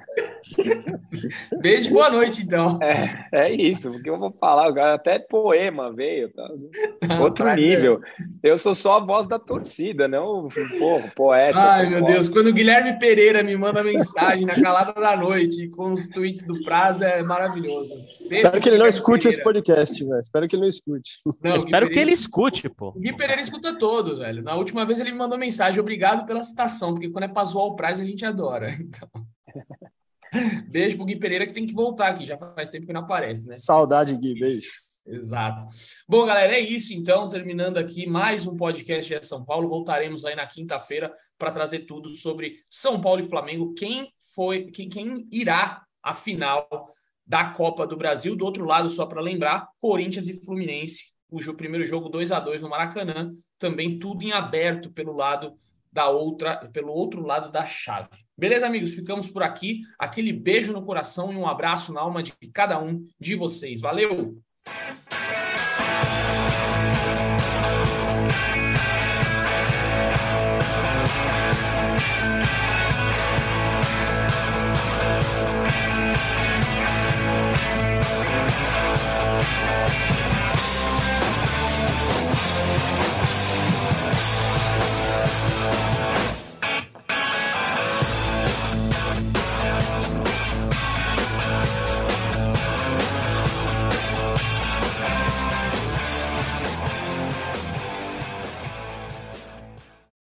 Beijo, boa noite, então. É, é isso, porque eu vou falar, até poema veio, tá? Outro nível. Eu sou só a voz da torcida, não o poeta. Ai, meu Deus, quando o Guilherme Pereira me manda mensagem na calada da noite com os tweets do Prazo, é maravilhoso. Beijo, espero que ele não escute Pereira. Esse podcast, velho. Espero que ele não escute. Não, espero Pereira, que ele escute, pô. O Gui Pereira escuta todos, velho. Na última vez ele me mandou mensagem, obrigado pela citação, porque quando é pra zoar o Prazo a gente adora. Então, beijo pro Gui Pereira que tem que voltar aqui, já faz tempo que não aparece, né? Saudade, Gui, beijo. Exato. Bom, galera, é isso então, terminando aqui mais um podcast de São Paulo, voltaremos aí na quinta-feira para trazer tudo sobre São Paulo e Flamengo, quem foi, quem, quem irá à final da Copa do Brasil. Do outro lado, só para lembrar, Corinthians e Fluminense, cujo primeiro jogo dois a dois no Maracanã, também tudo em aberto pelo lado da outra, pelo outro lado da chave. Beleza, amigos? Ficamos por aqui. Aquele beijo no coração e um abraço na alma de cada um de vocês. Valeu!